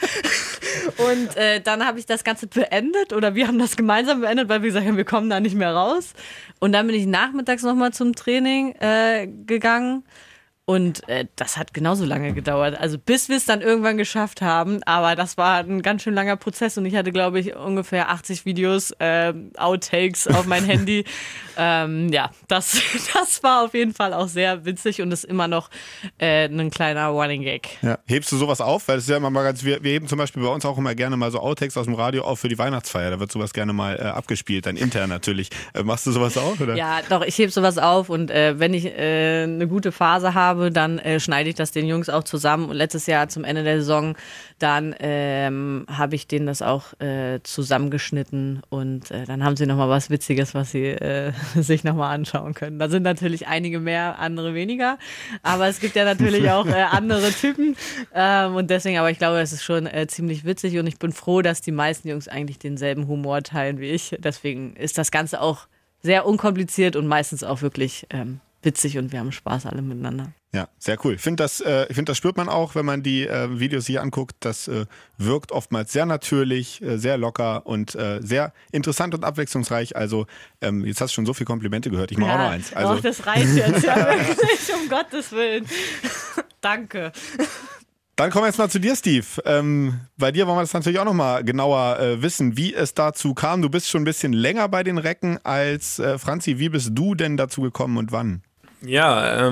Und dann habe ich das Ganze beendet oder wir haben das gemeinsam beendet, weil wir gesagt haben, wir kommen da nicht mehr raus. Und dann bin ich nachmittags nochmal zum Training gegangen. Und das hat genauso lange gedauert, also bis wir es dann irgendwann geschafft haben, aber das war ein ganz schön langer Prozess und ich hatte, glaube ich, ungefähr 80 Videos, Outtakes auf mein Handy. Ja, das war auf jeden Fall auch sehr witzig und ist immer noch ein kleiner Running Gag. Ja. Hebst du sowas auf? Weil das ist ja immer mal ganz, wir heben zum Beispiel bei uns auch immer gerne mal so Outtakes aus dem Radio auf für die Weihnachtsfeier, da wird sowas gerne mal abgespielt, dann intern natürlich. Machst du sowas auch, oder? Ja, doch, ich hebe sowas auf und wenn ich eine gute Phase habe, dann schneide ich das den Jungs auch zusammen und letztes Jahr zum Ende der Saison, dann habe ich denen das auch zusammengeschnitten und dann haben sie nochmal was Witziges, was sie sich nochmal anschauen können. Da sind natürlich einige mehr, andere weniger, aber es gibt ja natürlich auch andere Typen und deswegen, aber ich glaube, es ist schon ziemlich witzig und ich bin froh, dass die meisten Jungs eigentlich denselben Humor teilen wie ich. Deswegen ist das Ganze auch sehr unkompliziert und meistens auch wirklich witzig und wir haben Spaß alle miteinander. Ja, sehr cool. Ich finde, das spürt man auch, wenn man die Videos hier anguckt. Das wirkt oftmals sehr natürlich, sehr locker und sehr interessant und abwechslungsreich. Also jetzt hast du schon so viele Komplimente gehört. Ich mache auch noch eins. Also, das reicht jetzt ja wirklich, um Gottes Willen. Danke. Dann kommen wir jetzt mal zu dir, Steve. Bei dir wollen wir das natürlich auch nochmal genauer wissen, wie es dazu kam. Du bist schon ein bisschen länger bei den Recken als Franzi. Wie bist du denn dazu gekommen und wann? Ja,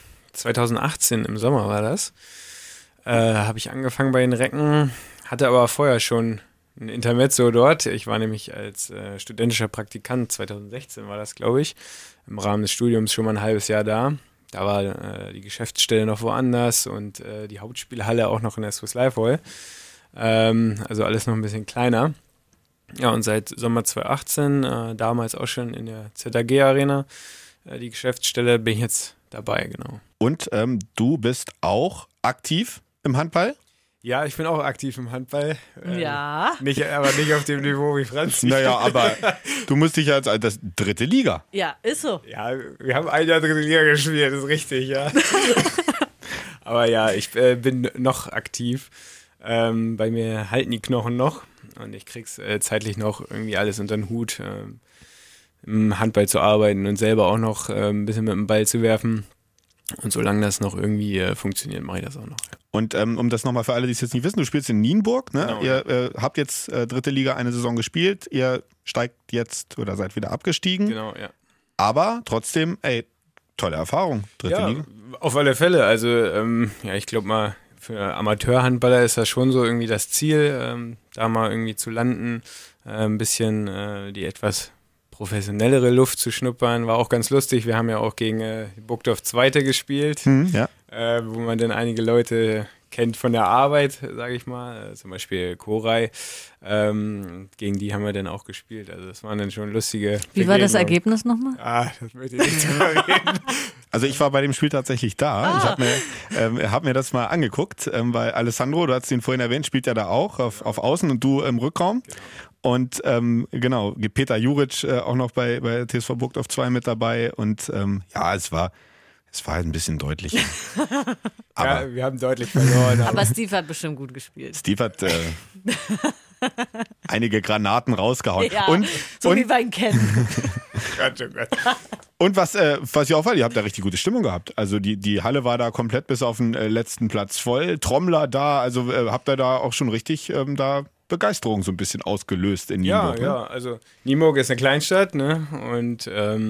2018 im Sommer war das. Habe ich angefangen bei den Recken, hatte aber vorher schon ein Intermezzo dort. Ich war nämlich als studentischer Praktikant, 2016 war das, glaube ich, im Rahmen des Studiums schon mal ein halbes Jahr da. Da war die Geschäftsstelle noch woanders und die Hauptspielhalle auch noch in der Swiss Life Hall. Also alles noch ein bisschen kleiner. Ja, und seit Sommer 2018, damals auch schon in der ZAG Arena, die Geschäftsstelle, bin ich jetzt dabei, genau. Und du bist auch aktiv im Handball? Ja, ich bin auch aktiv im Handball. Ja. Aber nicht auf dem Niveau wie Franz. Naja, aber du musst dich jetzt das 3. Liga. Ja, ist so. Ja, wir haben ein Jahr 3. Liga gespielt, das ist richtig, ja. Aber ja, ich bin noch aktiv. Bei mir halten die Knochen noch und ich krieg's zeitlich noch irgendwie alles unter den Hut, im Handball zu arbeiten und selber auch noch ein bisschen mit dem Ball zu werfen. Und solange das noch irgendwie funktioniert, mache ich das auch noch. Ja. Und um das nochmal für alle, die es jetzt nicht wissen, du spielst in Nienburg, ne? Genau, ihr habt jetzt 3. Liga eine Saison gespielt, ihr steigt jetzt oder seid wieder abgestiegen. Genau, ja. Aber trotzdem, tolle Erfahrung, 3. Liga. Auf alle Fälle. Also ich glaube mal, für Amateurhandballer ist das schon so irgendwie das Ziel, da mal irgendwie zu landen, ein bisschen die etwas professionellere Luft zu schnuppern. War auch ganz lustig. Wir haben ja auch gegen Burgdorf Zweite gespielt, Ja. wo man dann einige Leute kennt von der Arbeit, sage ich mal. Zum Beispiel Koray. Gegen die haben wir dann auch gespielt. Also das waren dann schon lustige Wie war das Begegnungen. Ergebnis nochmal? Das möchte ich nicht drüber reden. Also ich war bei dem Spiel tatsächlich da. Ich habe mir das mal angeguckt, weil Alessandro, du hast ihn vorhin erwähnt, spielt ja da auch auf Außen und du im Rückraum. Genau. Und Peter Juric auch noch bei TSV Burgdorf 2 mit dabei. Und es war ein bisschen deutlicher. Aber Ja, wir haben deutlich verloren. Aber Steve hat bestimmt gut gespielt. Steve hat einige Granaten rausgehauen. Ja, Und wie wir ihn kennen. Gott, oh Gott. Und was ich auffällt, ihr habt da richtig gute Stimmung gehabt. Also die Halle war da komplett bis auf den letzten Platz voll. Trommler da, also habt ihr da auch schon richtig da Begeisterung so ein bisschen ausgelöst in Nienburg. Ja, also Nienburg ist eine Kleinstadt, ne? Und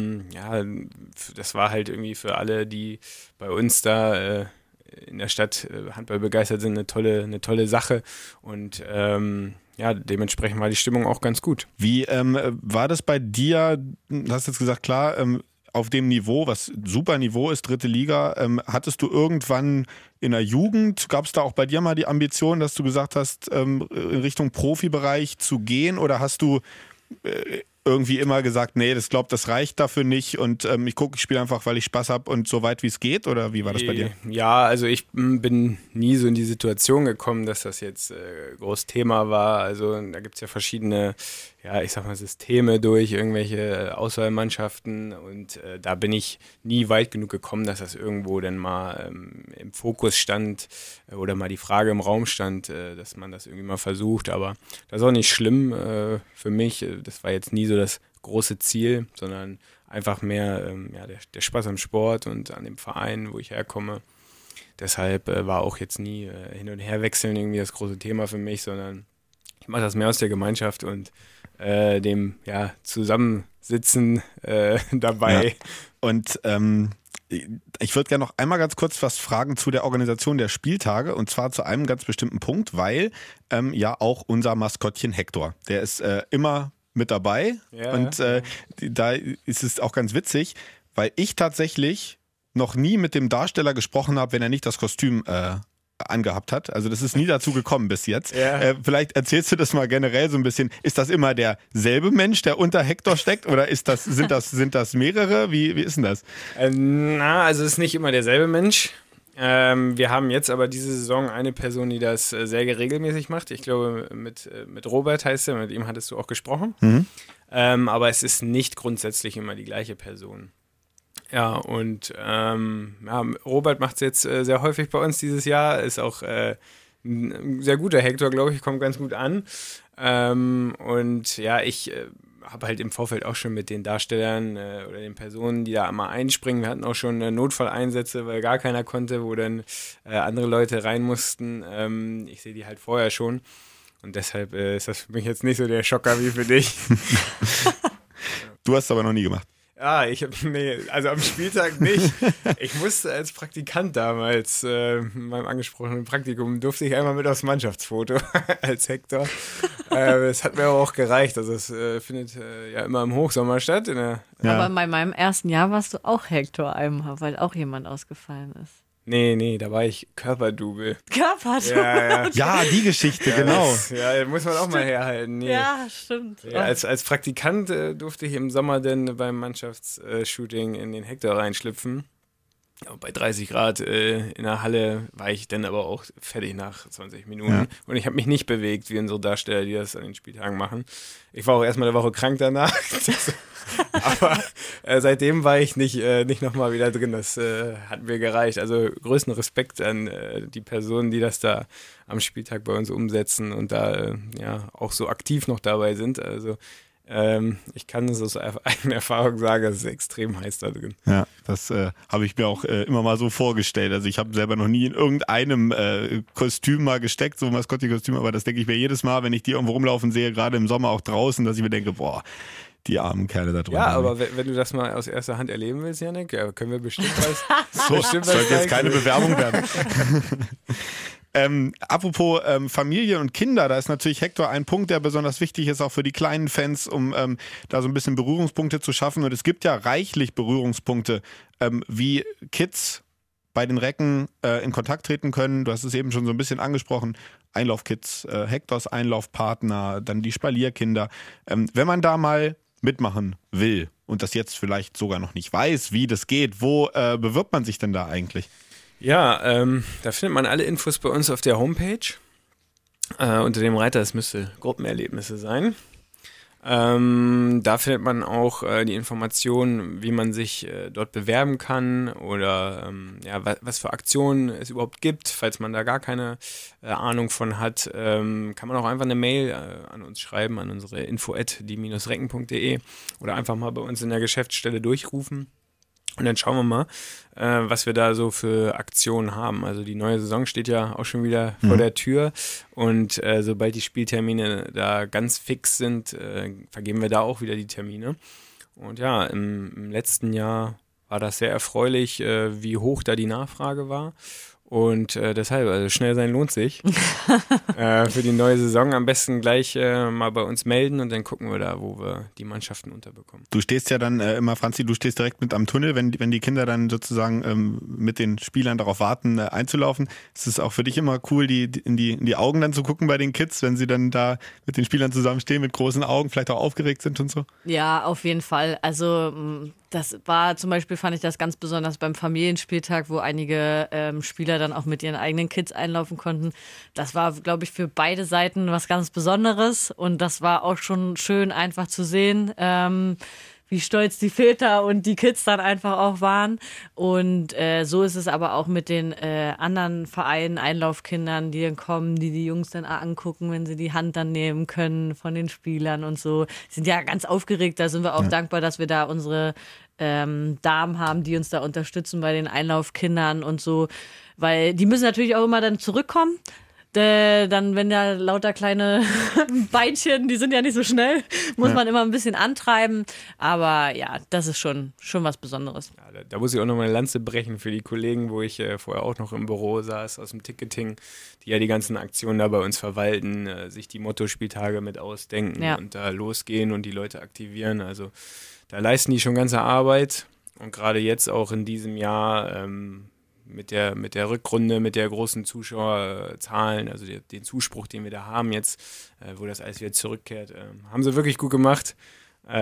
das war halt irgendwie für alle, die bei uns da in der Stadt Handball begeistert sind, eine tolle Sache. Und dementsprechend war die Stimmung auch ganz gut. Wie war das bei dir? Du hast jetzt gesagt, klar, auf dem Niveau, was super Niveau ist, 3. Liga, hattest du irgendwann in der Jugend, gab es da auch bei dir mal die Ambition, dass du gesagt hast, in Richtung Profibereich zu gehen, oder hast du irgendwie immer gesagt, nee, das reicht dafür nicht und ich spiele einfach, weil ich Spaß habe und so weit wie es geht, oder wie war das bei dir? Ja, also ich bin nie so in die Situation gekommen, dass das jetzt groß Thema war. Also da gibt es ja verschiedene, Systeme durch irgendwelche Auswahlmannschaften und da bin ich nie weit genug gekommen, dass das irgendwo dann mal im Fokus stand oder mal die Frage im Raum stand, dass man das irgendwie mal versucht. Aber das ist auch nicht schlimm für mich. Das war jetzt nie so das große Ziel, sondern einfach mehr der Spaß am Sport und an dem Verein, wo ich herkomme. Deshalb war auch jetzt nie hin und her wechseln irgendwie das große Thema für mich, sondern ich mache das mehr aus der Gemeinschaft und dem Zusammensitzen dabei. Ja. Und ich würde gerne noch einmal ganz kurz was fragen zu der Organisation der Spieltage, und zwar zu einem ganz bestimmten Punkt, weil auch unser Maskottchen Hector, der ist immer mit dabei, und da ist es auch ganz witzig, weil ich tatsächlich noch nie mit dem Darsteller gesprochen habe, wenn er nicht das Kostüm angehabt hat. Also das ist nie dazu gekommen bis jetzt. Ja. Vielleicht erzählst du das mal generell so ein bisschen. Ist das immer derselbe Mensch, der unter Hector steckt, oder sind das mehrere? Wie ist denn das? Also es ist nicht immer derselbe Mensch. Wir haben jetzt aber diese Saison eine Person, die das sehr regelmäßig macht. Ich glaube, mit Robert heißt er, mit ihm hattest du auch gesprochen. Mhm. Aber es ist nicht grundsätzlich immer die gleiche Person. Ja, und Robert macht es jetzt sehr häufig bei uns dieses Jahr, ist auch ein sehr guter Hector, glaube ich, kommt ganz gut an. Ich habe halt im Vorfeld auch schon mit den Darstellern oder den Personen, die da mal einspringen, wir hatten auch schon Notfalleinsätze, weil gar keiner konnte, wo dann andere Leute rein mussten. Ich sehe die halt vorher schon und deshalb ist das für mich jetzt nicht so der Schocker wie für dich. Du hast es aber noch nie gemacht. Also am Spieltag nicht. Ich musste als Praktikant damals, in meinem angesprochenen Praktikum, durfte ich einmal mit aufs Mannschaftsfoto als Hector. Das hat mir aber auch gereicht. Also es findet ja immer im Hochsommer statt. Aber bei meinem ersten Jahr warst du auch Hector einmal, weil auch jemand ausgefallen ist. Nee, da war ich Körperdouble. Körperdouble? Ja, die Geschichte, genau. Ja, muss man auch mal herhalten. Nee. Ja, stimmt. Ja, als Praktikant durfte ich im Sommer dann beim Mannschaftsshooting in den Hector reinschlüpfen. Ja, bei 30 Grad in der Halle war ich dann aber auch fertig nach 20 Minuten. Ja. Und ich habe mich nicht bewegt, wie unsere Darsteller, die das an den Spieltagen machen. Ich war auch erstmal eine Woche krank danach. Aber seitdem war ich nicht nochmal wieder drin. Das hat mir gereicht. Also größten Respekt an die Personen, die das da am Spieltag bei uns umsetzen und da auch so aktiv noch dabei sind. Also ich kann es aus eigener Erfahrung sagen, es ist extrem heiß da drin. Ja, das habe ich mir auch immer mal so vorgestellt. Also ich habe selber noch nie in irgendeinem Kostüm mal gesteckt, so ein Maskottchenkostüm, aber das denke ich mir jedes Mal, wenn ich die irgendwo rumlaufen sehe, gerade im Sommer auch draußen, dass ich mir denke, boah, die armen Kerle da drunter. Ja, aber wenn du das mal aus erster Hand erleben willst, Janik, können wir bestimmt was. Sollte jetzt keine Bewerbung werden. Apropos Familie und Kinder, da ist natürlich Hector ein Punkt, der besonders wichtig ist, auch für die kleinen Fans, um da so ein bisschen Berührungspunkte zu schaffen. Und es gibt ja reichlich Berührungspunkte, wie Kids bei den Recken in Kontakt treten können. Du hast es eben schon so ein bisschen angesprochen. Einlaufkids, Hectors Einlaufpartner, dann die Spalierkinder. Wenn man da mal mitmachen will und das jetzt vielleicht sogar noch nicht weiß, wie das geht, wo bewirbt man sich denn da eigentlich? Ja, da findet man alle Infos bei uns auf der Homepage. Unter dem Reiter, es müsste Gruppenerlebnisse sein. Da findet man auch die Informationen, wie man sich dort bewerben kann oder was für Aktionen es überhaupt gibt. Falls man da gar keine Ahnung von hat, kann man auch einfach eine Mail an uns schreiben, an unsere info@die-recken.de oder einfach mal bei uns in der Geschäftsstelle durchrufen. Und dann schauen wir mal, was wir da so für Aktionen haben. Also die neue Saison steht ja auch schon wieder vor der Tür. Und sobald die Spieltermine da ganz fix sind, vergeben wir da auch wieder die Termine. Und ja, im letzten Jahr war das sehr erfreulich, wie hoch da die Nachfrage war. Und deshalb, also schnell sein lohnt sich. Für die neue Saison am besten gleich mal bei uns melden und dann gucken wir da, wo wir die Mannschaften unterbekommen. Du stehst ja dann immer, Franzi, du stehst direkt mit am Tunnel, wenn die Kinder dann sozusagen mit den Spielern darauf warten, einzulaufen. Ist es auch für dich immer cool, in die Augen dann zu gucken bei den Kids, wenn sie dann da mit den Spielern zusammenstehen, mit großen Augen, vielleicht auch aufgeregt sind und so? Ja, auf jeden Fall. Also das war zum Beispiel, fand ich das ganz besonders beim Familienspieltag, wo einige Spieler dann auch mit ihren eigenen Kids einlaufen konnten. Das war, glaube ich, für beide Seiten was ganz Besonderes und das war auch schon schön einfach zu sehen, wie stolz die Väter und die Kids dann einfach auch waren. Und so ist es aber auch mit den anderen Vereinen, Einlaufkindern, die dann kommen, die Jungs dann angucken, wenn sie die Hand dann nehmen können von den Spielern und so. Sind ja ganz aufgeregt, da sind wir auch dankbar, dass wir da unsere Damen haben, die uns da unterstützen bei den Einlaufkindern und so. Weil die müssen natürlich auch immer dann zurückkommen. Dann, wenn da lauter kleine Beinchen, die sind ja nicht so schnell, muss man immer ein bisschen antreiben. Aber ja, das ist schon was Besonderes. Ja, da muss ich auch noch mal eine Lanze brechen für die Kollegen, wo ich vorher auch noch im Büro saß, aus dem Ticketing, die ja die ganzen Aktionen da bei uns verwalten, sich die Mottospieltage mit ausdenken und da losgehen und die Leute aktivieren. Also da leisten die schon ganze Arbeit. Und gerade jetzt auch in diesem Jahr mit der Rückrunde, mit der großen Zuschauerzahlen, also den Zuspruch, den wir da haben jetzt, wo das alles wieder zurückkehrt, haben sie wirklich gut gemacht. Und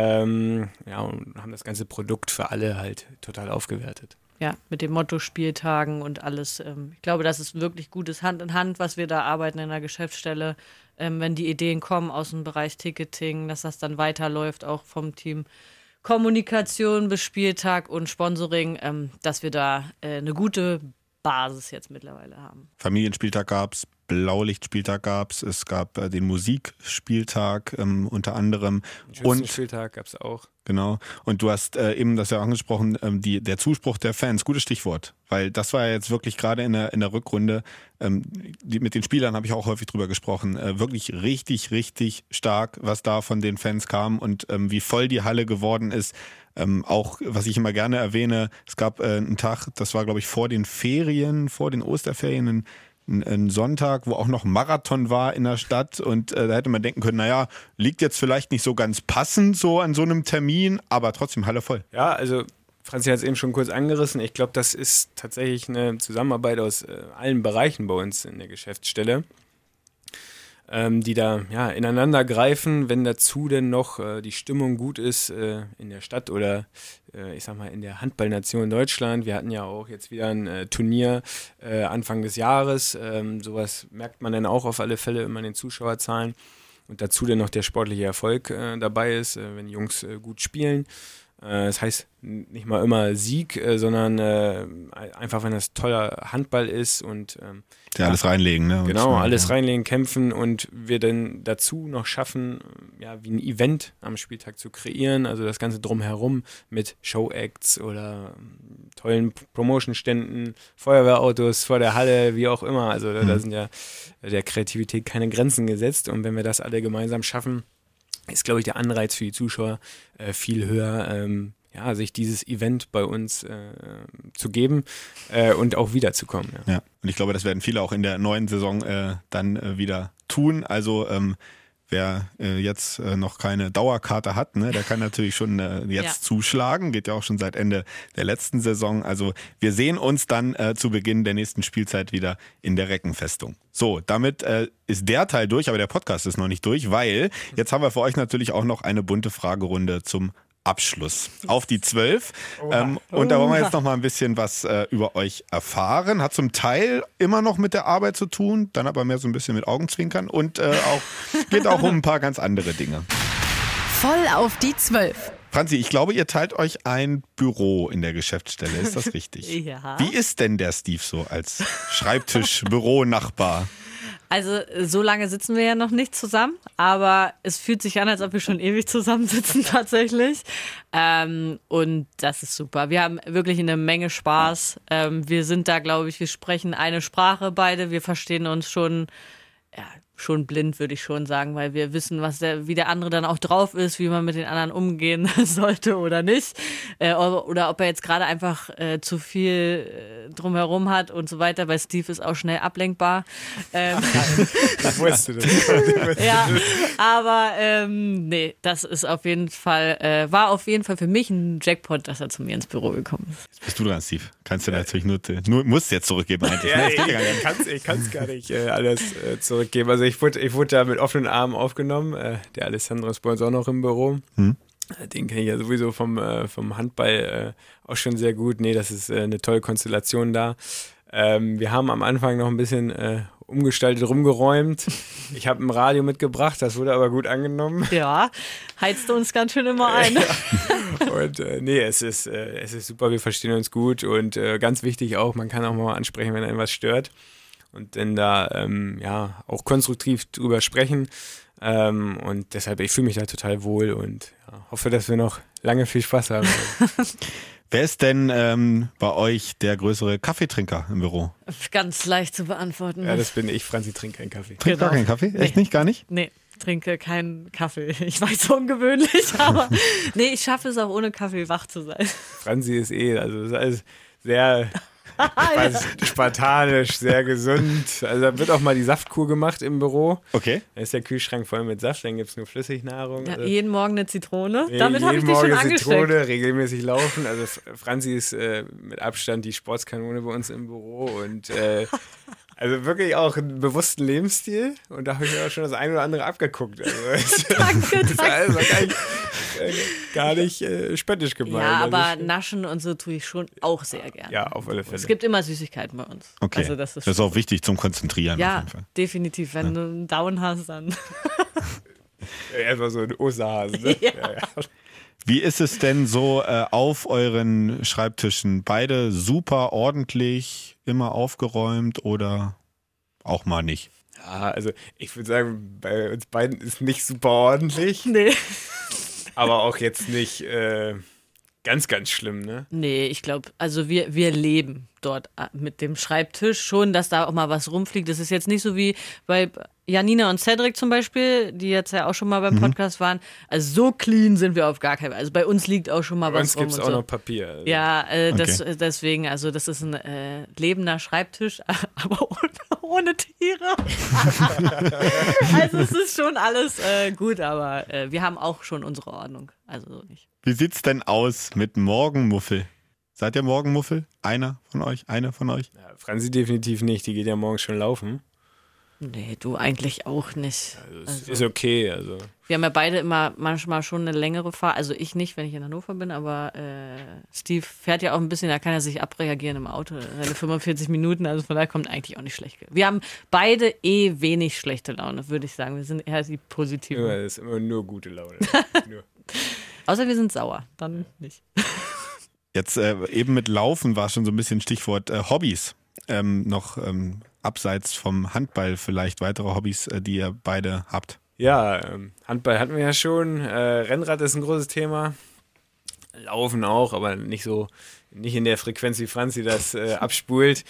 haben das ganze Produkt für alle halt total aufgewertet. Ja, mit dem Motto Spieltagen und alles. Ich glaube, das ist wirklich gutes Hand in Hand, was wir da arbeiten in der Geschäftsstelle. Wenn die Ideen kommen aus dem Bereich Ticketing, dass das dann weiterläuft, auch vom Team Kommunikation bis Spieltag und Sponsoring, dass wir da eine gute Basis jetzt mittlerweile haben. Familienspieltag gab's, Blaulichtspieltag gab es gab den Musikspieltag unter anderem. Und Spieltag gab es auch. Genau. Und du hast eben das ja angesprochen, der Zuspruch der Fans, gutes Stichwort. Weil das war ja jetzt wirklich gerade in der Rückrunde, mit den Spielern habe ich auch häufig drüber gesprochen, wirklich richtig, richtig stark, was da von den Fans kam und wie voll die Halle geworden ist. Auch, was ich immer gerne erwähne, es gab einen Tag, das war glaube ich vor den Osterferien, ein Sonntag, wo auch noch ein Marathon war in der Stadt und da hätte man denken können, naja, liegt jetzt vielleicht nicht so ganz passend so an so einem Termin, aber trotzdem Halle voll. Ja, also Franzi hat es eben schon kurz angerissen. Ich glaube, das ist tatsächlich eine Zusammenarbeit aus allen Bereichen bei uns in der Geschäftsstelle, die da ineinander greifen, wenn dazu denn noch die Stimmung gut ist in der Stadt oder ich sag mal in der Handballnation Deutschland. Wir hatten ja auch jetzt wieder ein Turnier Anfang des Jahres. Sowas merkt man dann auch auf alle Fälle immer in den Zuschauerzahlen. Und dazu dann noch der sportliche Erfolg dabei ist, wenn die Jungs gut spielen. Das heißt nicht mal immer Sieg, sondern einfach, wenn das toller Handball ist und alles reinlegen, ne? Genau, alles reinlegen, kämpfen und wir dann dazu noch schaffen, wie ein Event am Spieltag zu kreieren, also das Ganze drumherum mit Showacts oder tollen Promotion-Ständen, Feuerwehrautos vor der Halle, wie auch immer. Also da sind ja der Kreativität keine Grenzen gesetzt und wenn wir das alle gemeinsam schaffen, ist, glaube ich, der Anreiz für die Zuschauer viel höher, sich dieses Event bei uns zu geben und auch wiederzukommen. Ja, und ich glaube, das werden viele auch in der neuen Saison dann wieder tun. Also wer jetzt noch keine Dauerkarte hat, ne, der kann natürlich schon jetzt zuschlagen. Geht ja auch schon seit Ende der letzten Saison. Also wir sehen uns dann zu Beginn der nächsten Spielzeit wieder in der Reckenfestung. So, damit ist der Teil durch, aber der Podcast ist noch nicht durch, weil jetzt haben wir für euch natürlich auch noch eine bunte Fragerunde zum Abschluss. Auf die 12. Und da wollen wir jetzt noch mal ein bisschen was über euch erfahren. Hat zum Teil immer noch mit der Arbeit zu tun, dann aber mehr so ein bisschen mit Augenzwinkern und geht auch um ein paar ganz andere Dinge. Voll auf die 12. Franzi, ich glaube, ihr teilt euch ein Büro in der Geschäftsstelle. Ist das richtig? Ja. Wie ist denn der Steve so als Schreibtisch-Büro-Nachbar? Also so lange sitzen wir ja noch nicht zusammen, aber es fühlt sich an, als ob wir schon ewig zusammensitzen tatsächlich. Und das ist super. Wir haben wirklich eine Menge Spaß. Wir sind da, glaube ich, wir sprechen eine Sprache beide. Wir verstehen uns schon blind, würde ich schon sagen, weil wir wissen, wie der andere dann auch drauf ist, wie man mit den anderen umgehen sollte oder nicht. Oder ob er jetzt gerade einfach zu viel drumherum hat und so weiter, weil Steve ist auch schnell ablenkbar. Ich wusste das. Ja, aber nee, das ist auf jeden Fall, war auf jeden Fall für mich ein Jackpot, dass er zu mir ins Büro gekommen ist. Jetzt bist du dran, Steve. Kannst du natürlich nur musst jetzt zurückgeben eigentlich. Ja, ich kann es gar nicht alles zurückgeben. Also ich wurde da mit offenen Armen aufgenommen. Der Alessandro ist bei uns auch noch im Büro. Den kenne ich ja sowieso vom Handball auch schon sehr gut. Nee, das ist eine tolle Konstellation da. Wir haben am Anfang noch ein bisschen umgestaltet, rumgeräumt. Ich habe ein Radio mitgebracht, das wurde aber gut angenommen. Ja, heizt uns ganz schön immer ein. Und es ist super, wir verstehen uns gut und ganz wichtig auch, man kann auch mal ansprechen, wenn einem was stört. Und dann da auch konstruktiv drüber sprechen. Und deshalb, ich fühle mich da total wohl und hoffe, dass wir noch lange viel Spaß haben. Wer ist denn bei euch der größere Kaffeetrinker im Büro? Ganz leicht zu beantworten. Ja, das bin ich. Franzi trinkt keinen Kaffee. Trinkt gar keinen Kaffee? Echt nicht? Gar nicht? Nee, trinke keinen Kaffee. Ich weiß, ungewöhnlich, aber nee, ich schaffe es auch ohne Kaffee wach zu sein. Franzi ist also das ist alles sehr spartanisch, sehr gesund. Also da wird auch mal die Saftkur gemacht im Büro. Okay. Da ist der Kühlschrank voll mit Saft, dann gibt es nur Flüssignahrung. Ja, also jeden Morgen eine Zitrone. Damit habe ich dich schon angesteckt. Zitrone, regelmäßig laufen. Also Franzi ist mit Abstand die Sportskanone bei uns im Büro und also wirklich auch einen bewussten Lebensstil und da habe ich mir auch schon das eine oder andere abgeguckt. Also, Danke. Das war gar nicht spöttisch gemeint. Ja, aber naschen und so tue ich schon auch sehr gerne. Ja, auf alle Fälle. Es gibt immer Süßigkeiten bei uns. Okay, also das ist auch wichtig zum Konzentrieren. Ja, auf jeden Fall. Definitiv. Wenn du einen Down hast, dann Erstmal so ein Osterhasen. Ne? Ja. Ja. Wie ist es denn so auf euren Schreibtischen? Beide super ordentlich, immer aufgeräumt oder auch mal nicht? Ja, also ich würde sagen, bei uns beiden ist nicht super ordentlich, Nee. aber auch jetzt nicht ganz, ganz schlimm, ne? Nee, ich glaube, also wir leben dort mit dem Schreibtisch schon, dass da auch mal was rumfliegt. Das ist jetzt nicht so wie bei Janina und Cedric zum Beispiel, die jetzt ja auch schon mal beim Podcast waren. Also so clean sind wir auf gar keinen Fall. Also bei uns liegt auch schon mal Bei was uns rum gibt es und auch so. noch Papier. Also. Ja, Okay. deswegen, also das ist ein lebender Schreibtisch, aber ohne Tiere. Also es ist schon alles gut, aber wir haben auch schon unsere Ordnung. Also so nicht. Wie sieht's denn aus mit Morgenmuffel? Seid ihr Morgenmuffel? Einer von euch? Eine von euch? Ja, Franzi definitiv nicht, die geht ja morgens schon laufen. Nee, du eigentlich auch nicht. Also, es ist okay, also. Wir haben ja beide immer manchmal schon eine längere Fahrt. Also ich nicht, wenn ich in Hannover bin, aber Steve fährt ja auch ein bisschen, da kann er sich abreagieren im Auto. Seine 45 Minuten, also von daher kommt eigentlich auch nicht schlecht. Wir haben beide wenig schlechte Laune, würde ich sagen. Wir sind eher die positiven. Ja, das ist immer nur gute Laune. nur. Außer wir sind sauer, dann nicht. Jetzt eben mit Laufen war schon so ein bisschen Stichwort Hobbys. Noch abseits vom Handball vielleicht weitere Hobbys, die ihr beide habt. Ja, Handball hatten wir ja schon. Rennrad ist ein großes Thema. Laufen auch, aber nicht in der Frequenz, wie Franzi das abspult.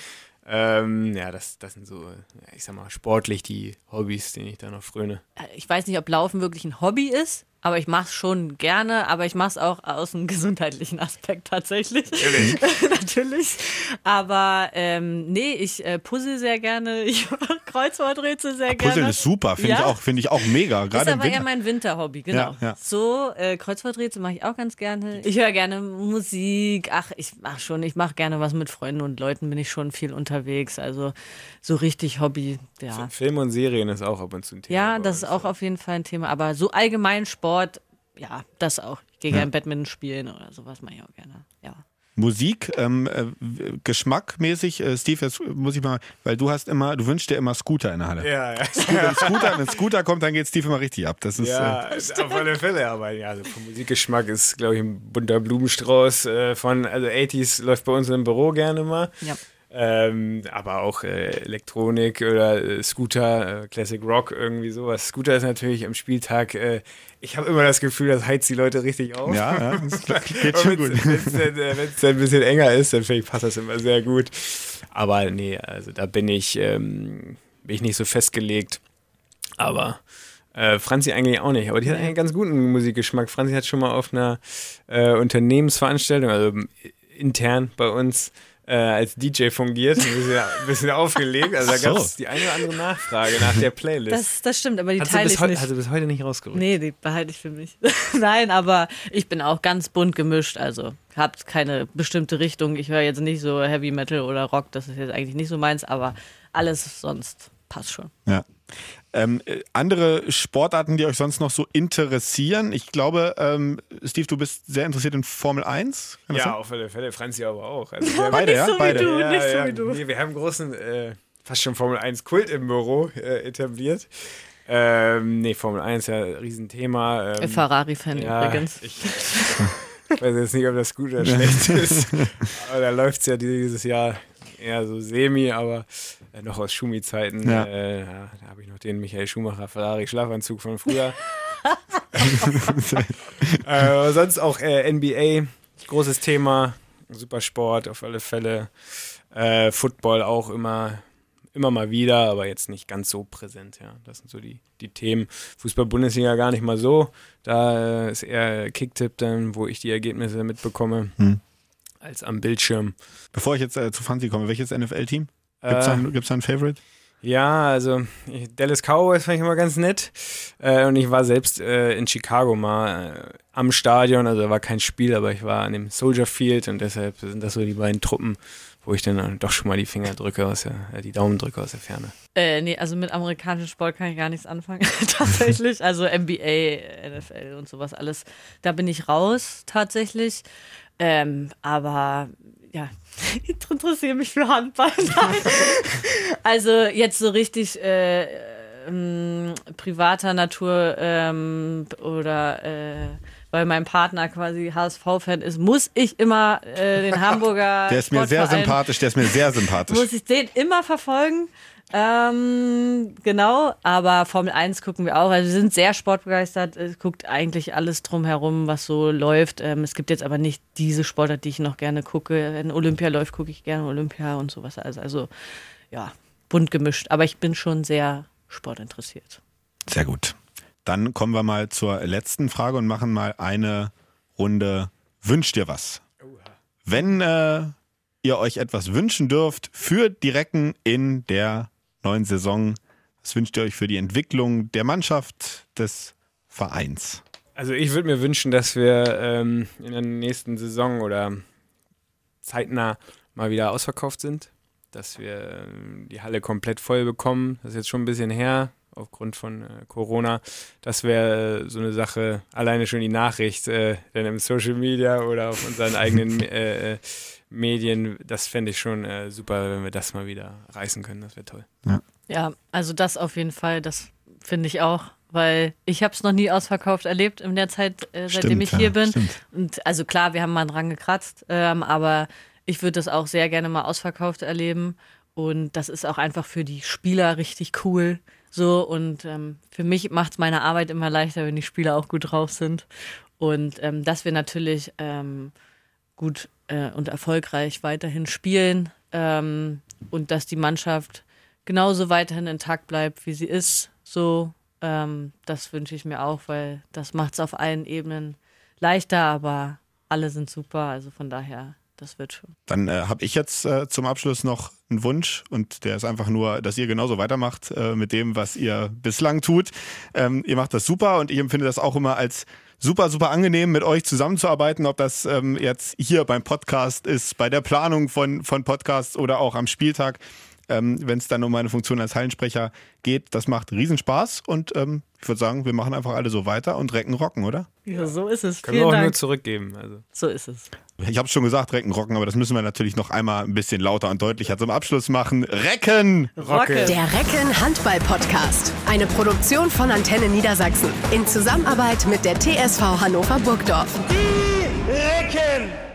Ja, das sind so, ich sag mal, sportlich die Hobbys, denen ich da noch fröne. Ich weiß nicht, ob Laufen wirklich ein Hobby ist, aber ich mache es schon gerne, aber ich mache es auch aus einem gesundheitlichen Aspekt tatsächlich. Natürlich. Aber nee, ich puzzle sehr gerne, ich mache Kreuzworträtsel sehr gerne. Puzzeln ist super, finde Ja? ich auch mega. Ist Gerade im aber eher Winter. mein Winterhobby, genau. Ja. So, Kreuzworträtsel mache ich auch ganz gerne. Ich höre gerne Musik. Ach, ich mache gerne was mit Freunden und Leuten, bin ich schon viel unterwegs. Also so richtig Hobby, ja. Film und Serien ist auch ab und zu ein Thema. Ja, bei das ist uns, auch auf jeden Fall ein Thema. Aber so allgemein Sport, ja, das auch. Ich gehe gerne Badminton spielen oder sowas mache ich auch gerne. Ja. Musik, geschmackmäßig, Steve, jetzt muss ich mal, weil du wünschst dir immer Scooter in der Halle. Ja, ja. Wenn Scooter kommt, dann geht Steve immer richtig ab. Das ist, Ja, auf alle Fälle, aber ja, also vom Musikgeschmack ist, glaube ich, ein bunter Blumenstrauß also 80s läuft bei uns im Büro gerne mal. Ja. Aber auch Elektronik oder Scooter, Classic Rock, irgendwie sowas. Scooter ist natürlich am Spieltag, ich habe immer das Gefühl, das heizt die Leute richtig auf. ja, das geht schon gut. Wenn es dann ein bisschen enger ist, dann finde ich, passt das immer sehr gut. Aber nee, also da bin ich nicht so festgelegt. Aber Franzi eigentlich auch nicht. Aber die hat einen ganz guten Musikgeschmack. Franzi hat schon mal auf einer Unternehmensveranstaltung, also intern bei uns, als DJ fungiert, ein bisschen aufgelegt. Also da gab es die eine oder andere Nachfrage nach der Playlist. Das stimmt, aber die Hast teile ich nicht. du bis heute nicht rausgerückt? Nee, die behalte ich für mich. Nein, aber ich bin auch ganz bunt gemischt, also habt keine bestimmte Richtung. Ich höre jetzt nicht so Heavy Metal oder Rock, das ist jetzt eigentlich nicht so meins, aber alles sonst passt schon. Ja. Andere Sportarten, die euch sonst noch so interessieren? Ich glaube, Steve, du bist sehr interessiert in Formel 1. Kann das sein? Ja, auf alle Fälle. Franzi aber auch. Also Beide, ja? so Beide. Wie du, ja, nicht so ja. wie du. Nee, wir haben einen großen, fast schon Formel 1 Kult im Büro etabliert. Formel 1 ja ein Riesenthema. Ferrari-Fan übrigens. Ich weiß jetzt nicht, ob das gut oder schlecht ist. Aber da läuft es ja dieses Jahr eher so semi, aber noch aus Schumi-Zeiten. Ja. Da habe ich noch den Michael Schumacher Ferrari-Schlafanzug von früher. Sonst auch NBA, großes Thema. Supersport auf alle Fälle. Football auch immer mal wieder, aber jetzt nicht ganz so präsent. Ja, das sind so die Themen. Fußball-Bundesliga gar nicht mal so. Da ist eher Kicktipp dann, wo ich die Ergebnisse mitbekomme, als am Bildschirm. Bevor ich jetzt zu Franzi komme, welches NFL-Team? Gibt's da ein Favorite? Ja, also Dallas Cowboys fand ich immer ganz nett. Und ich war selbst in Chicago mal am Stadion, also da war kein Spiel, aber ich war an dem Soldier Field und deshalb sind das so die beiden Truppen, wo ich dann doch schon mal die Finger drücke, die Daumen drücke aus der Ferne. Nee, also mit amerikanischem Sport kann ich gar nichts anfangen, tatsächlich. Also NBA, NFL und sowas alles, da bin ich raus, tatsächlich. Aber ja, ich interessiere mich für Handball. Also jetzt so richtig privater Natur oder weil mein Partner quasi HSV-Fan ist, muss ich immer den Hamburger Der ist mir sehr sympathisch. Muss ich den immer verfolgen. Genau, aber Formel 1 gucken wir auch. Also wir sind sehr sportbegeistert. Es guckt eigentlich alles drumherum, was so läuft. Es gibt jetzt aber nicht diese Sportart, die ich noch gerne gucke. Wenn Olympia läuft, gucke ich gerne Olympia und sowas. Also ja, bunt gemischt. Aber ich bin schon sehr sportinteressiert. Sehr gut. Dann kommen wir mal zur letzten Frage und machen mal eine Runde Wünsch dir was. Wenn ihr euch etwas wünschen dürft für die Recken in der neuen Saison, was wünscht ihr euch für die Entwicklung der Mannschaft, des Vereins? Also ich würde mir wünschen, dass wir in der nächsten Saison oder zeitnah mal wieder ausverkauft sind, dass wir die Halle komplett voll bekommen. Das ist jetzt schon ein bisschen her, aufgrund von Corona. Das wäre so eine Sache, alleine schon die Nachricht, denn im Social Media oder auf unseren eigenen Medien, das fände ich schon super, wenn wir das mal wieder reißen können. Das wäre toll. Ja, also das auf jeden Fall, das finde ich auch, weil ich habe es noch nie ausverkauft erlebt in der Zeit, seitdem ich hier bin. Stimmt. Und also klar, wir haben mal dran gekratzt, aber ich würde das auch sehr gerne mal ausverkauft erleben. Und das ist auch einfach für die Spieler richtig cool. So, und für mich macht es meine Arbeit immer leichter, wenn die Spieler auch gut drauf sind. Und dass wir natürlich gut und erfolgreich weiterhin spielen und dass die Mannschaft genauso weiterhin intakt bleibt, wie sie ist. So, das wünsche ich mir auch, weil das macht es auf allen Ebenen leichter, aber alle sind super, also von daher, das wird schon. Dann habe ich jetzt zum Abschluss noch einen Wunsch und der ist einfach nur, dass ihr genauso weitermacht mit dem, was ihr bislang tut. Ihr macht das super und ich empfinde das auch immer als super, super angenehm, mit euch zusammenzuarbeiten, ob das jetzt hier beim Podcast ist, bei der Planung von Podcasts oder auch am Spieltag, wenn es dann um meine Funktion als Hallensprecher geht. Das macht Riesenspaß und ich würde sagen, wir machen einfach alle so weiter und Recken rocken, oder? Ja, so ist es. Können wir auch nur zurückgeben. Also. So ist es. Ich habe schon gesagt, Recken rocken, aber das müssen wir natürlich noch einmal ein bisschen lauter und deutlicher zum Abschluss machen. Recken! Rocke! Der Recken Handball-Podcast. Eine Produktion von Antenne Niedersachsen. In Zusammenarbeit mit der TSV Hannover Burgdorf. Die Recken!